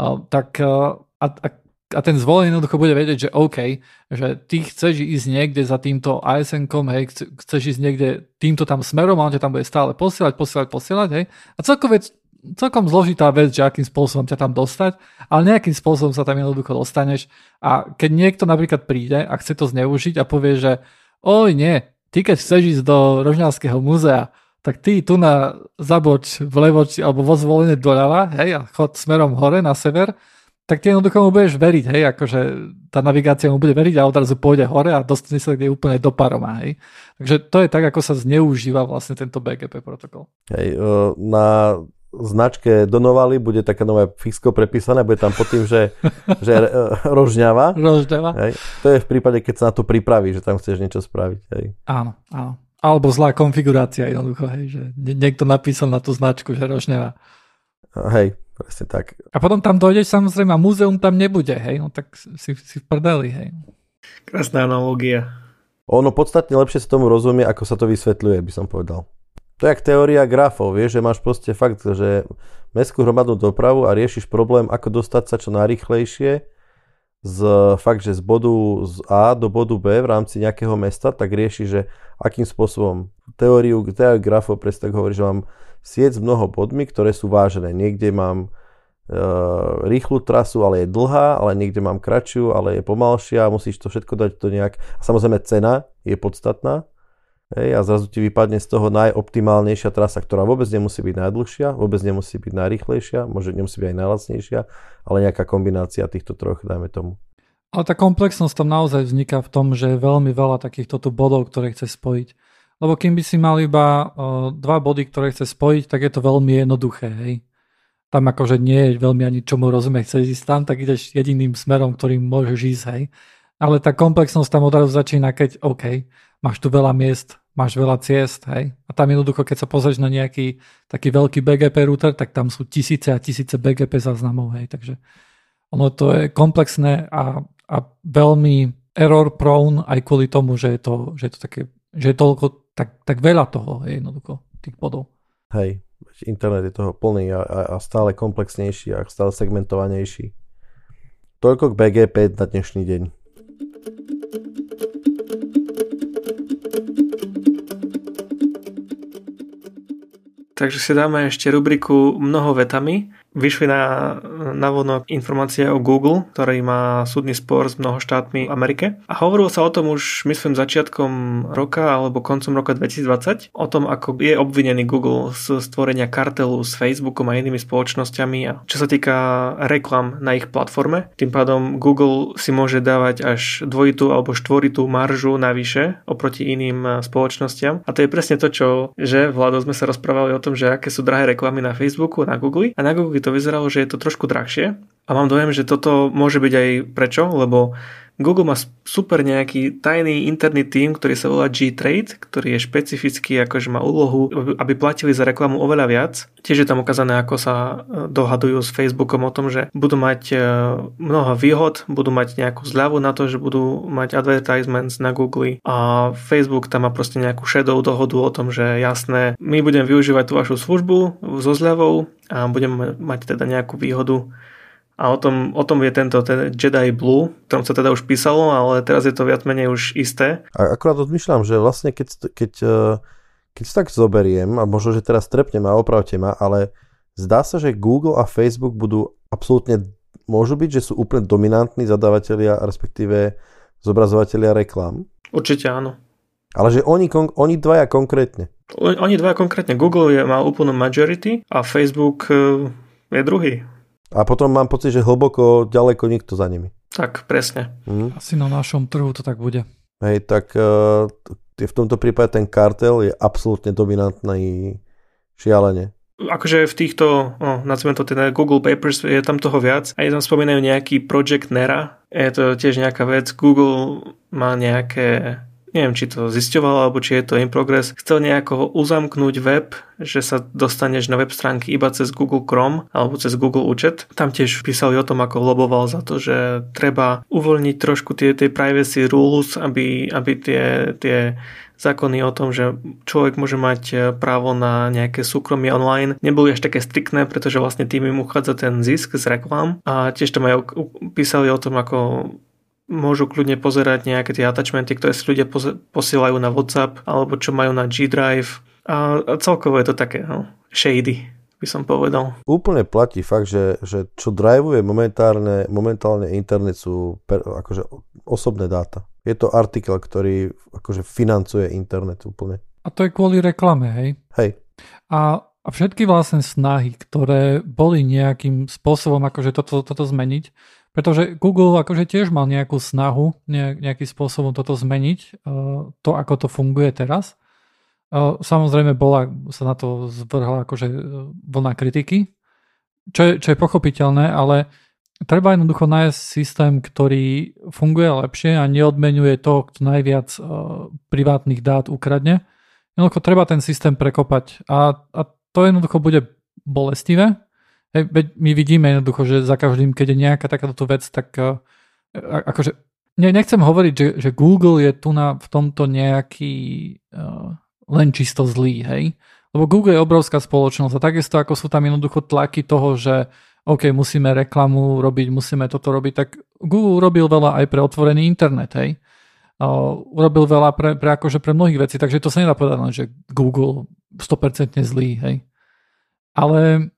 a ten Zvolen jednoducho bude vedieť, že OK, že ty chceš ísť niekde za týmto ASN-kom, hej, chceš ísť niekde týmto tam smerom a on ťa tam bude stále posielať, hej, a celkom zložitá vec, že akým spôsobom ťa tam dostať, ale nejakým spôsobom sa tam jednoducho dostaneš a keď niekto napríklad príde a chce to zneužiť a povie, že oj nie, ty keď chceš ísť do Rožňavského múzea, tak ty tu zaboč vlevo alebo vo Zvolenie doľava, hej, a chod smerom hore na sever, tak ty jednoducho mu budeš veriť, hej, akože tá navigácia mu bude veriť a odrazu pôjde hore a dostane sa kde úplne do paroma, hej. Takže to je tak, ako sa zneužíva vlastne tento BGP protokol. Hej, na značke Donovali bude taká nová fixko prepísané, bude tam pod tým, že Rožňava. Hej. To je v prípade, keď sa na to pripraví, že tam chceš niečo spraviť. Hej. Áno. Alebo zlá konfigurácia jednoducho, hej, že niekto napísal na tú značku, že Rožňava. Hej, Presne tak. A potom tam dojdeš samozrejme a múzeum tam nebude, hej, no tak si v prdeli, hej. Krásna analogia. Ono podstatne lepšie sa tomu rozumie, ako sa to vysvetľuje, by som povedal. To je jak teória grafov, vieš, že máš proste fakt, že mestskú hromadnú dopravu a riešiš problém, ako dostať sa čo najrýchlejšie fakt, že z bodu z A do bodu B v rámci nejakého mesta, tak rieši, že akým spôsobom teóriu grafov presne tak hovorí, že mám sieť s mnoho bodmi, ktoré sú vážené. Niekde mám rýchlu trasu, ale je dlhá, ale niekde mám kratšiu, ale je pomalšia, musíš to všetko dať do nejak... A samozrejme cena je podstatná. Hej, a zrazu ti vypadne z toho najoptimálnejšia trasa, ktorá vôbec nemusí byť najdlhšia, vôbec nemusí byť najrýchlejšia, nemusí byť aj najlacnejšia, ale nejaká kombinácia týchto troch, dajme tomu. Ale tá komplexnosť tam naozaj vzniká v tom, že je veľmi veľa takýchto tu bodov, ktoré chce spojiť. Lebo kým by si mal iba 2 body, ktoré chce spojiť, tak je to veľmi jednoduché, hej. Tam akože nie je veľmi ani čomu rozumieť, chceš ísť tam, tak ideš jediným smerom, ktorým môžeš ísť, hej. Ale tá komplexnosť tam odrazu začína, keď OK, máš tu veľa miest, máš veľa ciest, hej. A tam jednoducho, keď sa pozrieš na nejaký taký veľký BGP router, tak tam sú tisíce a tisíce BGP záznamov, hej. Takže ono to je komplexné a veľmi error prone aj kvôli tomu, že je to také, že je toľko, tak veľa toho je jednoducho, tých bodov. Hej, internet je toho plný a stále komplexnejší a stále segmentovanejší. Toľko k BGP na dnešný deň. Takže si dáme ešte rubriku Mnoho vetami. Vyšli na vonok informácie o Google, ktorý má súdny spor s mnoho štátmi v Amerike. A hovorilo sa o tom už, myslím, začiatkom roka alebo koncom roka 2020, o tom, ako je obvinený Google z stvorenia kartelu s Facebookom a inými spoločnosťami. A čo sa týka reklam na ich platforme, tým pádom Google si môže dávať až dvojitú alebo štvoritú maržu navyše oproti iným spoločnostiam. A to je presne to, že Vlado sme sa rozprávali o tom, že aké sú drahé reklamy na Facebooku, na Google. A na Google to vyzeralo, že je to trošku drahšie. A mám dojem, že toto môže byť aj prečo, lebo Google má super nejaký tajný interný tím, ktorý sa volá G-Trade, ktorý je špecifický, akože má úlohu, aby platili za reklamu oveľa viac. Tiež je tam ukázané, ako sa dohadujú s Facebookom o tom, že budú mať mnoho výhod, budú mať nejakú zľavu na to, že budú mať advertisements na Google a Facebook tam má proste nejakú shadow dohodu o tom, že jasné, my budeme využívať tú vašu službu so zľavou a budeme mať teda nejakú výhodu. A o tom je ten Jedi Blue, v ktorom sa teda už písalo, ale teraz je to viac menej už isté. A akurát odmýšľam, že vlastne keď sa tak zoberiem, a možno, že teraz trepnem a opravte ma, ale zdá sa, že Google a Facebook môžu byť, že sú úplne dominantní zadávatelia, respektíve zobrazovatelia reklám. Určite áno. Ale že oni dvaja konkrétne. Oni dvaja konkrétne. Google má úplnú majority a Facebook je druhý. A potom mám pocit, že hlboko, ďaleko nikto za nimi. Tak, presne. Asi na našom trhu to tak bude. Hej, tak v tomto prípade ten kartel je absolútne dominantný šialene. Akože v týchto, nazvime to teda Google Papers, je tam toho viac. A je tam spomínajú nejaký Project Nera. Je to tiež nejaká vec. Google má nejaké... Neviem, či to zisťoval, alebo či je to in progress. Chcel nejako uzamknúť web, že sa dostaneš na web stránky iba cez Google Chrome alebo cez Google účet. Tam tiež písali o tom, ako loboval za to, že treba uvoľniť trošku tie privacy rules, aby tie zákony o tom, že človek môže mať právo na nejaké súkromie online, neboli až také striktné, pretože vlastne tým im uchádza ten zisk z reklám. A tiež tam aj písali o tom, ako môžu kľudne pozerať nejaké tie attachmenty, ktoré si ľudia posielajú na WhatsApp alebo čo majú na G-Drive a celkovo je to také shady, by som povedal. Úplne platí fakt, že čo driveuje momentálne internet sú akože osobné dáta. Je to artikel, ktorý akože financuje internet úplne. A to je kvôli reklame, hej? Hej. A všetky vlastne snahy, ktoré boli nejakým spôsobom akože toto zmeniť, pretože Google akože tiež mal nejakú snahu nejakým spôsobom toto zmeniť, to ako to funguje teraz. Samozrejme sa na to zvrhla akože vlna kritiky, čo je pochopiteľné, ale treba jednoducho nájsť systém, ktorý funguje lepšie a neodmeňuje to, kto najviac privátnych dát ukradne. Jednoducho treba ten systém prekopať a to jednoducho bude bolestivé. Veď my vidíme jednoducho, že za každým, keď je nejaká takáto vec, tak akože nechcem hovoriť, že Google je tu v tomto nejaký len čisto zlý, hej? Lebo Google je obrovská spoločnosť a takisto ako sú tam jednoducho tlaky toho, že OK, musíme reklamu robiť, musíme toto robiť, tak Google urobil veľa aj pre otvorený internet, hej? Urobil veľa pre mnohých vecí, takže to sa nedá povedať len, že Google 100% zlý, hej? Ale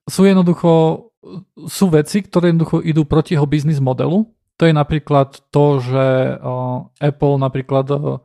sú veci, ktoré jednoducho idú proti jeho biznis modelu. To je napríklad to, že Apple napríklad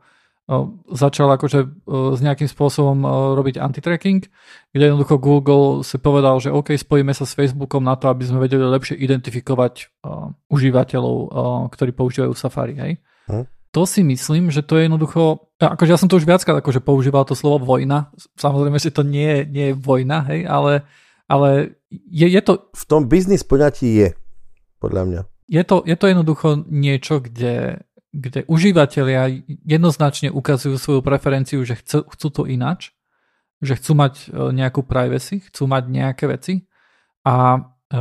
začal akože s nejakým spôsobom robiť anti-tracking, kde jednoducho Google si povedal, že OK, spojíme sa s Facebookom na to, aby sme vedeli lepšie identifikovať užívateľov, ktorí používajú Safari, hej. To si myslím, že to je jednoducho, akože ja som to už viackrát akože používal to slovo vojna, samozrejme, že to nie je vojna, hej, ale je to... V tom biznis poňatí je, podľa mňa. Je to jednoducho niečo, kde užívateľia jednoznačne ukazujú svoju preferenciu, že chcú to ináč, že chcú mať nejakú privacy, chcú mať nejaké veci a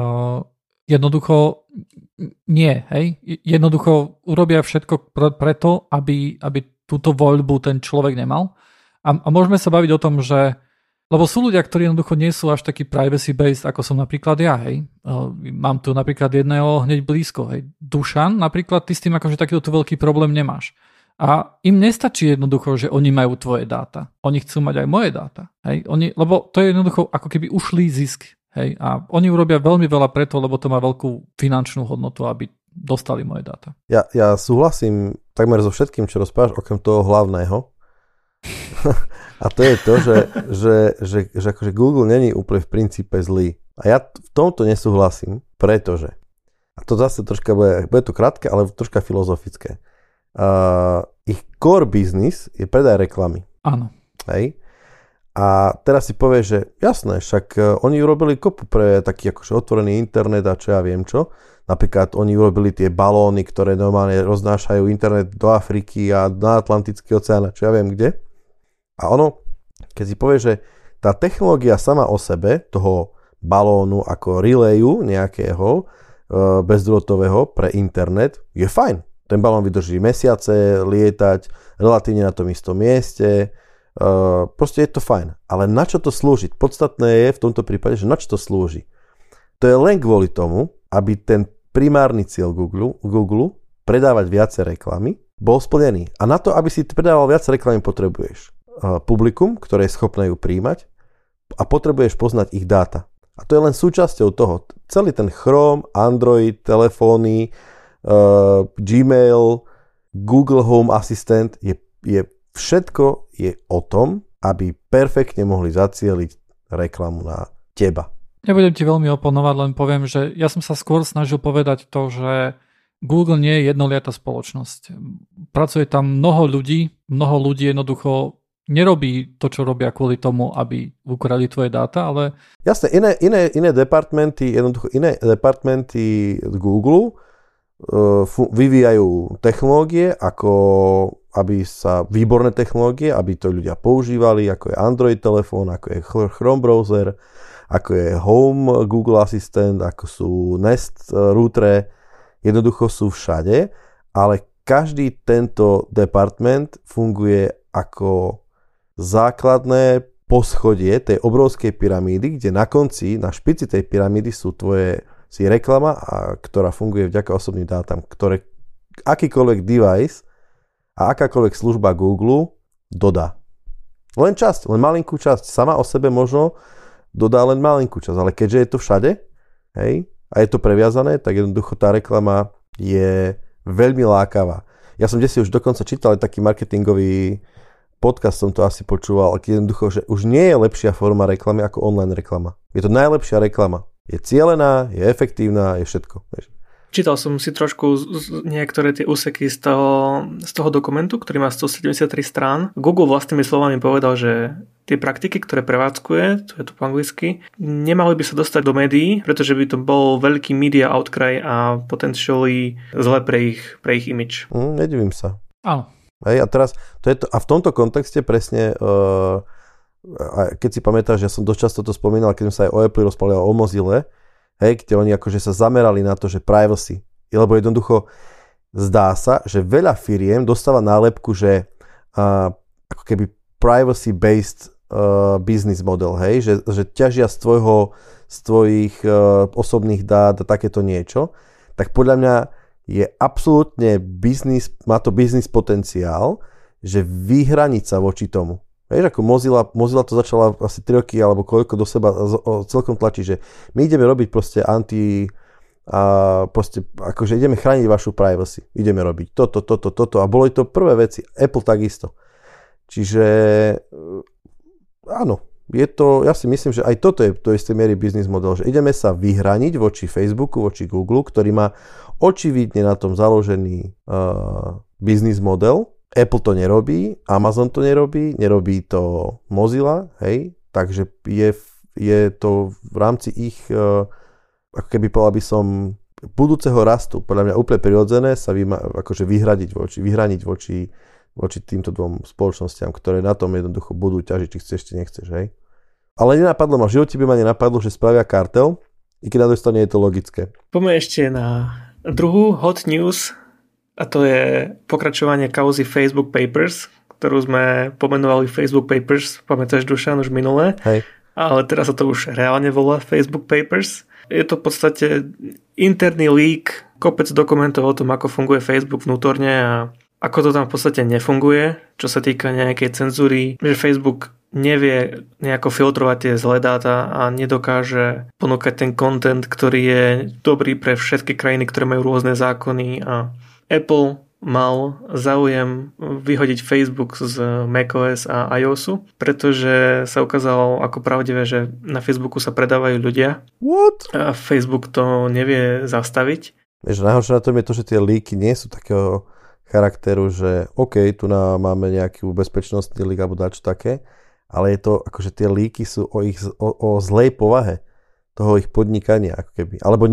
jednoducho nie, hej? Jednoducho urobia všetko preto, aby túto voľbu ten človek nemal. A môžeme sa baviť o tom, že lebo sú ľudia, ktorí jednoducho nie sú až taký privacy-based, ako som napríklad ja, hej. Mám tu napríklad jedného hneď blízko, hej. Dušan, napríklad ty s tým akože takýto veľký problém nemáš. A im nestačí jednoducho, že oni majú tvoje dáta. Oni chcú mať aj moje dáta, hej. Lebo to je jednoducho ako keby ušlý zisk, hej. A oni urobia veľmi veľa preto, lebo to má veľkú finančnú hodnotu, aby dostali moje dáta. Ja súhlasím takmer so všetkým, čo rozprávaš, okrem toho hlavného. A to je to, že akože Google není úplne v princípe zlý. A ja v tomto nesúhlasím, pretože, a to zase troška bude to krátke, ale troška filozofické. Ich core business je predaj reklamy. Áno. Hej? A teraz si povieš, že jasné, však oni urobili kopu pre taký akože otvorený internet a čo ja viem čo. Napríklad oni urobili tie balóny, ktoré normálne roznášajú internet do Afriky a na Atlantický oceán a čo ja viem kde. A ono, keď si povieš, že tá technológia sama o sebe, toho balónu ako relayu nejakého bezdrôtového pre internet, je fajn. Ten balón vydrží mesiace, lietať relatívne na tom istom mieste, proste je to fajn. Ale na čo to slúži? Podstatné je v tomto prípade, že na čo to slúži. To je len kvôli tomu, aby ten primárny cieľ Google predávať viacej reklamy, bol splnený. A na to, aby si predával viac reklamy, potrebuješ publikum, ktoré je schopné ju príjmať a potrebuješ poznať ich dáta. A to je len súčasťou toho. Celý ten Chrome, Android, telefóny, Gmail, Google Home Assistant všetko je o tom, aby perfektne mohli zacieliť reklamu na teba. Nebudem ti veľmi oponovať, len poviem, že ja som sa skôr snažil povedať to, že Google nie je jednoliatá spoločnosť. Pracuje tam mnoho ľudí jednoducho nerobí to, čo robia kvôli tomu, aby ukradli tvoje dáta, ale... Jasné, iné departmenty Google vyvíjajú technológie, výborné technológie, aby to ľudia používali, ako je Android telefón, ako je Chrome browser, ako je Home Google Assistant, ako sú Nest routere, jednoducho sú všade, ale každý tento department funguje ako základné poschodie tej obrovskej pyramídy, kde na konci, na špici tej pyramídy si reklama, ktorá funguje vďaka osobným dátam, ktoré akýkoľvek device a akákoľvek služba Google dodá. Len malinkú časť. Sama o sebe možno dodá len malinkú časť, ale keďže je to všade, hej, a je to previazané, tak jednoducho tá reklama je veľmi lákavá. Ja som desi už dokonca čítal taký marketingový podcast, som to asi počúval, jednoducho, že už nie je lepšia forma reklamy ako online reklama. Je to najlepšia reklama. Je cielená, je efektívna, je všetko. Čítal som si trošku niektoré tie úseky z toho dokumentu, ktorý má 173 strán. Google vlastnými slovami povedal, že tie praktiky, ktoré prevádzkuje, to je to po anglicky, nemali by sa dostať do médií, pretože by to bol veľký media outcry a potentially zle pre ich image. Nedivím sa. Áno. Hej, a teraz, a v tomto kontexte presne, keď si pamätáš, ja som dosť často to spomínal, keď som sa aj o Apple rozprával, o Mozille, kde oni akože sa zamerali na to, že privacy, lebo jednoducho zdá sa, že veľa firiem dostáva nálepku, že ako keby privacy-based business model, hej, že ťažia z tvojich osobných dát a takéto niečo, tak podľa mňa je absolútne má to business potenciál, že vyhraniť sa voči tomu. Vieš, ako Mozilla to začala asi 3 roky alebo koľko do seba celkom tlačí, že my ideme robiť proste proste akože ideme chrániť vašu privacy. Ideme robiť toto a boli to prvé veci. Apple takisto. Čiže áno, ja si myslím, že aj toto je do istej miery business model, že ideme sa vyhraniť voči Facebooku, voči Google, ktorý má očividne na tom založený business model. Apple to nerobí, Amazon to nerobí to Mozilla, hej, takže je to v rámci ich, ako keby povedal by som, budúceho rastu, podľa mňa úplne prirodzené sa akože vyhraniť voči týmto dvom spoločnostiam, ktoré na tom jednoducho budú ťažiť, či chceš, či nechceš, hej. Ale nenapadlo ma, v živote by ma nenapadlo, že spravia kartel, i keď na druhej strane je to logické. Poďme ešte na druhú hot news, a to je pokračovanie kauzy Facebook Papers, ktorú sme pomenovali Facebook Papers, pamätáš, Dušan, už minulé, hej. Ale teraz sa to už reálne volá Facebook Papers. Je to v podstate interný leak, kopec dokumentov o tom, ako funguje Facebook vnútorne a ako to tam v podstate nefunguje, čo sa týka nejakej cenzúry, že Facebook nevie nejako filtrovať tie zlé dáta a nedokáže ponúkať ten content, ktorý je dobrý pre všetky krajiny, ktoré majú rôzne zákony, a Apple mal záujem vyhodiť Facebook z macOS a iOSu, pretože sa ukázalo ako pravdivé, že na Facebooku sa predávajú ľudia. What? A Facebook to nevie zastaviť. Vieš, najhoršie na tom je to, že tie líky nie sú takého charakteru, že OK, tu máme nejaký bezpečnostný lík alebo dačo také, ale je to akože tie líky sú o zlej povahe toho ich podnikania, ako keby. Alebo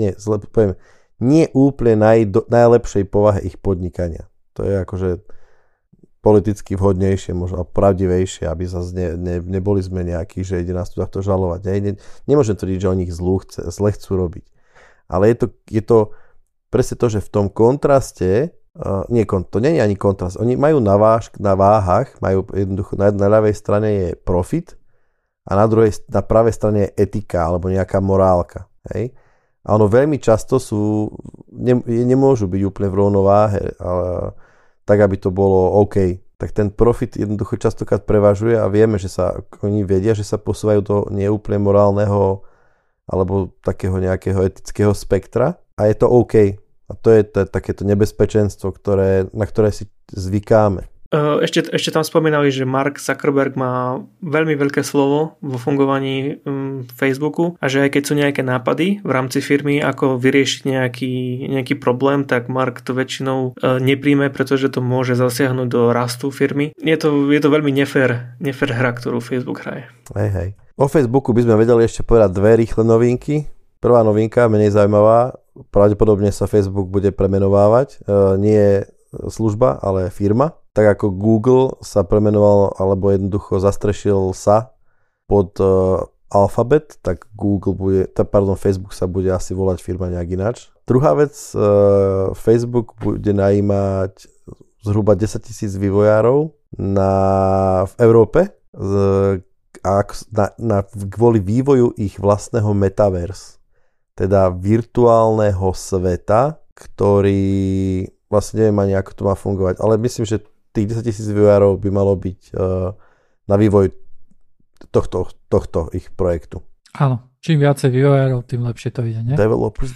nie úplne najlepšej povahe ich podnikania. To je akože politicky vhodnejšie, možno pravdivejšie, aby zase neboli sme nejakí, že ide nás tu takto žalovať. Nemôžem tvrdiť, že oni ich zle chcú robiť. Ale je to presne to, že v tom kontraste to nie je ani kontrast. Oni majú na váhach, majú jednoducho na ľavej strane je profit a na pravej strane je etika alebo nejaká morálka. Hej? A ono veľmi často nemôžu byť úplne v rovnováhe, ale tak, aby to bolo OK. Tak ten profit jednoducho častokrát prevažuje a vieme, že oni vedia, že sa posúvajú do neúplne morálneho alebo takého nejakého etického spektra a je to OK. A to je takéto nebezpečenstvo, na ktoré si zvykáme. Ešte tam spomínali, že Mark Zuckerberg má veľmi veľké slovo vo fungovaní Facebooku a že aj keď sú nejaké nápady v rámci firmy, ako vyriešiť nejaký problém, tak Mark to väčšinou nepríjme, pretože to môže zasiahnuť do rastu firmy. Je to veľmi nefér hra, ktorú Facebook hraje. Hej. O Facebooku by sme vedeli ešte povedať dve rýchle novinky. Prvá novinka, menej zaujímavá, pravdepodobne sa Facebook bude premenovávať. Nie služba, ale firma. Tak ako Google sa premenoval, alebo jednoducho zastrešil sa pod Alphabet, tak Facebook sa bude asi volať firma nejak ináč. Druhá vec, Facebook bude najímať zhruba 10 000 vývojárov v Európe kvôli vývoju ich vlastného metaverse. Teda virtuálneho sveta, ktorý vlastne neviem ani ako to má fungovať, ale myslím, že tých 10 000 vývojárov by malo byť na vývoj tohto ich projektu. Áno, čím viacej vývojárov, tým lepšie to ide, nie? Developers.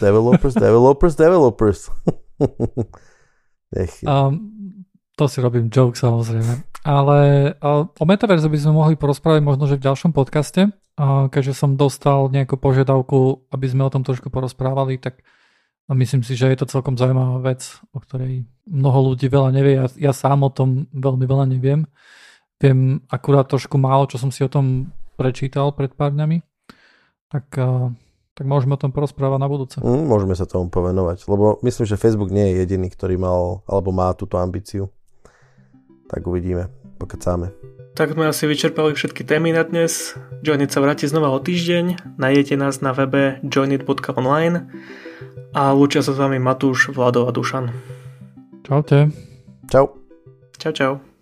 To si robím joke, samozrejme. Ale o metaverze by sme mohli porozprávať možno, že v ďalšom podcaste, keďže som dostal nejakú požiadavku, aby sme o tom trošku porozprávali, tak myslím si, že je to celkom zaujímavá vec, o ktorej mnoho ľudí veľa nevie. Ja sám o tom veľmi veľa neviem. Viem akurát trošku málo, čo som si o tom prečítal pred pár dňami. Tak môžeme o tom porozprávať na budúce. Môžeme sa tomu povenovať, lebo myslím, že Facebook nie je jediný, ktorý mal alebo má túto ambíciu. Tak uvidíme, pokecáme. Tak sme asi vyčerpali všetky témy na dnes. Joinit sa vráti znova o týždeň. Nájdete nás na webe joinit.online a lúčia sa s vami Matúš, Vlado a Dušan. Čaute. Čau. Čau, čau.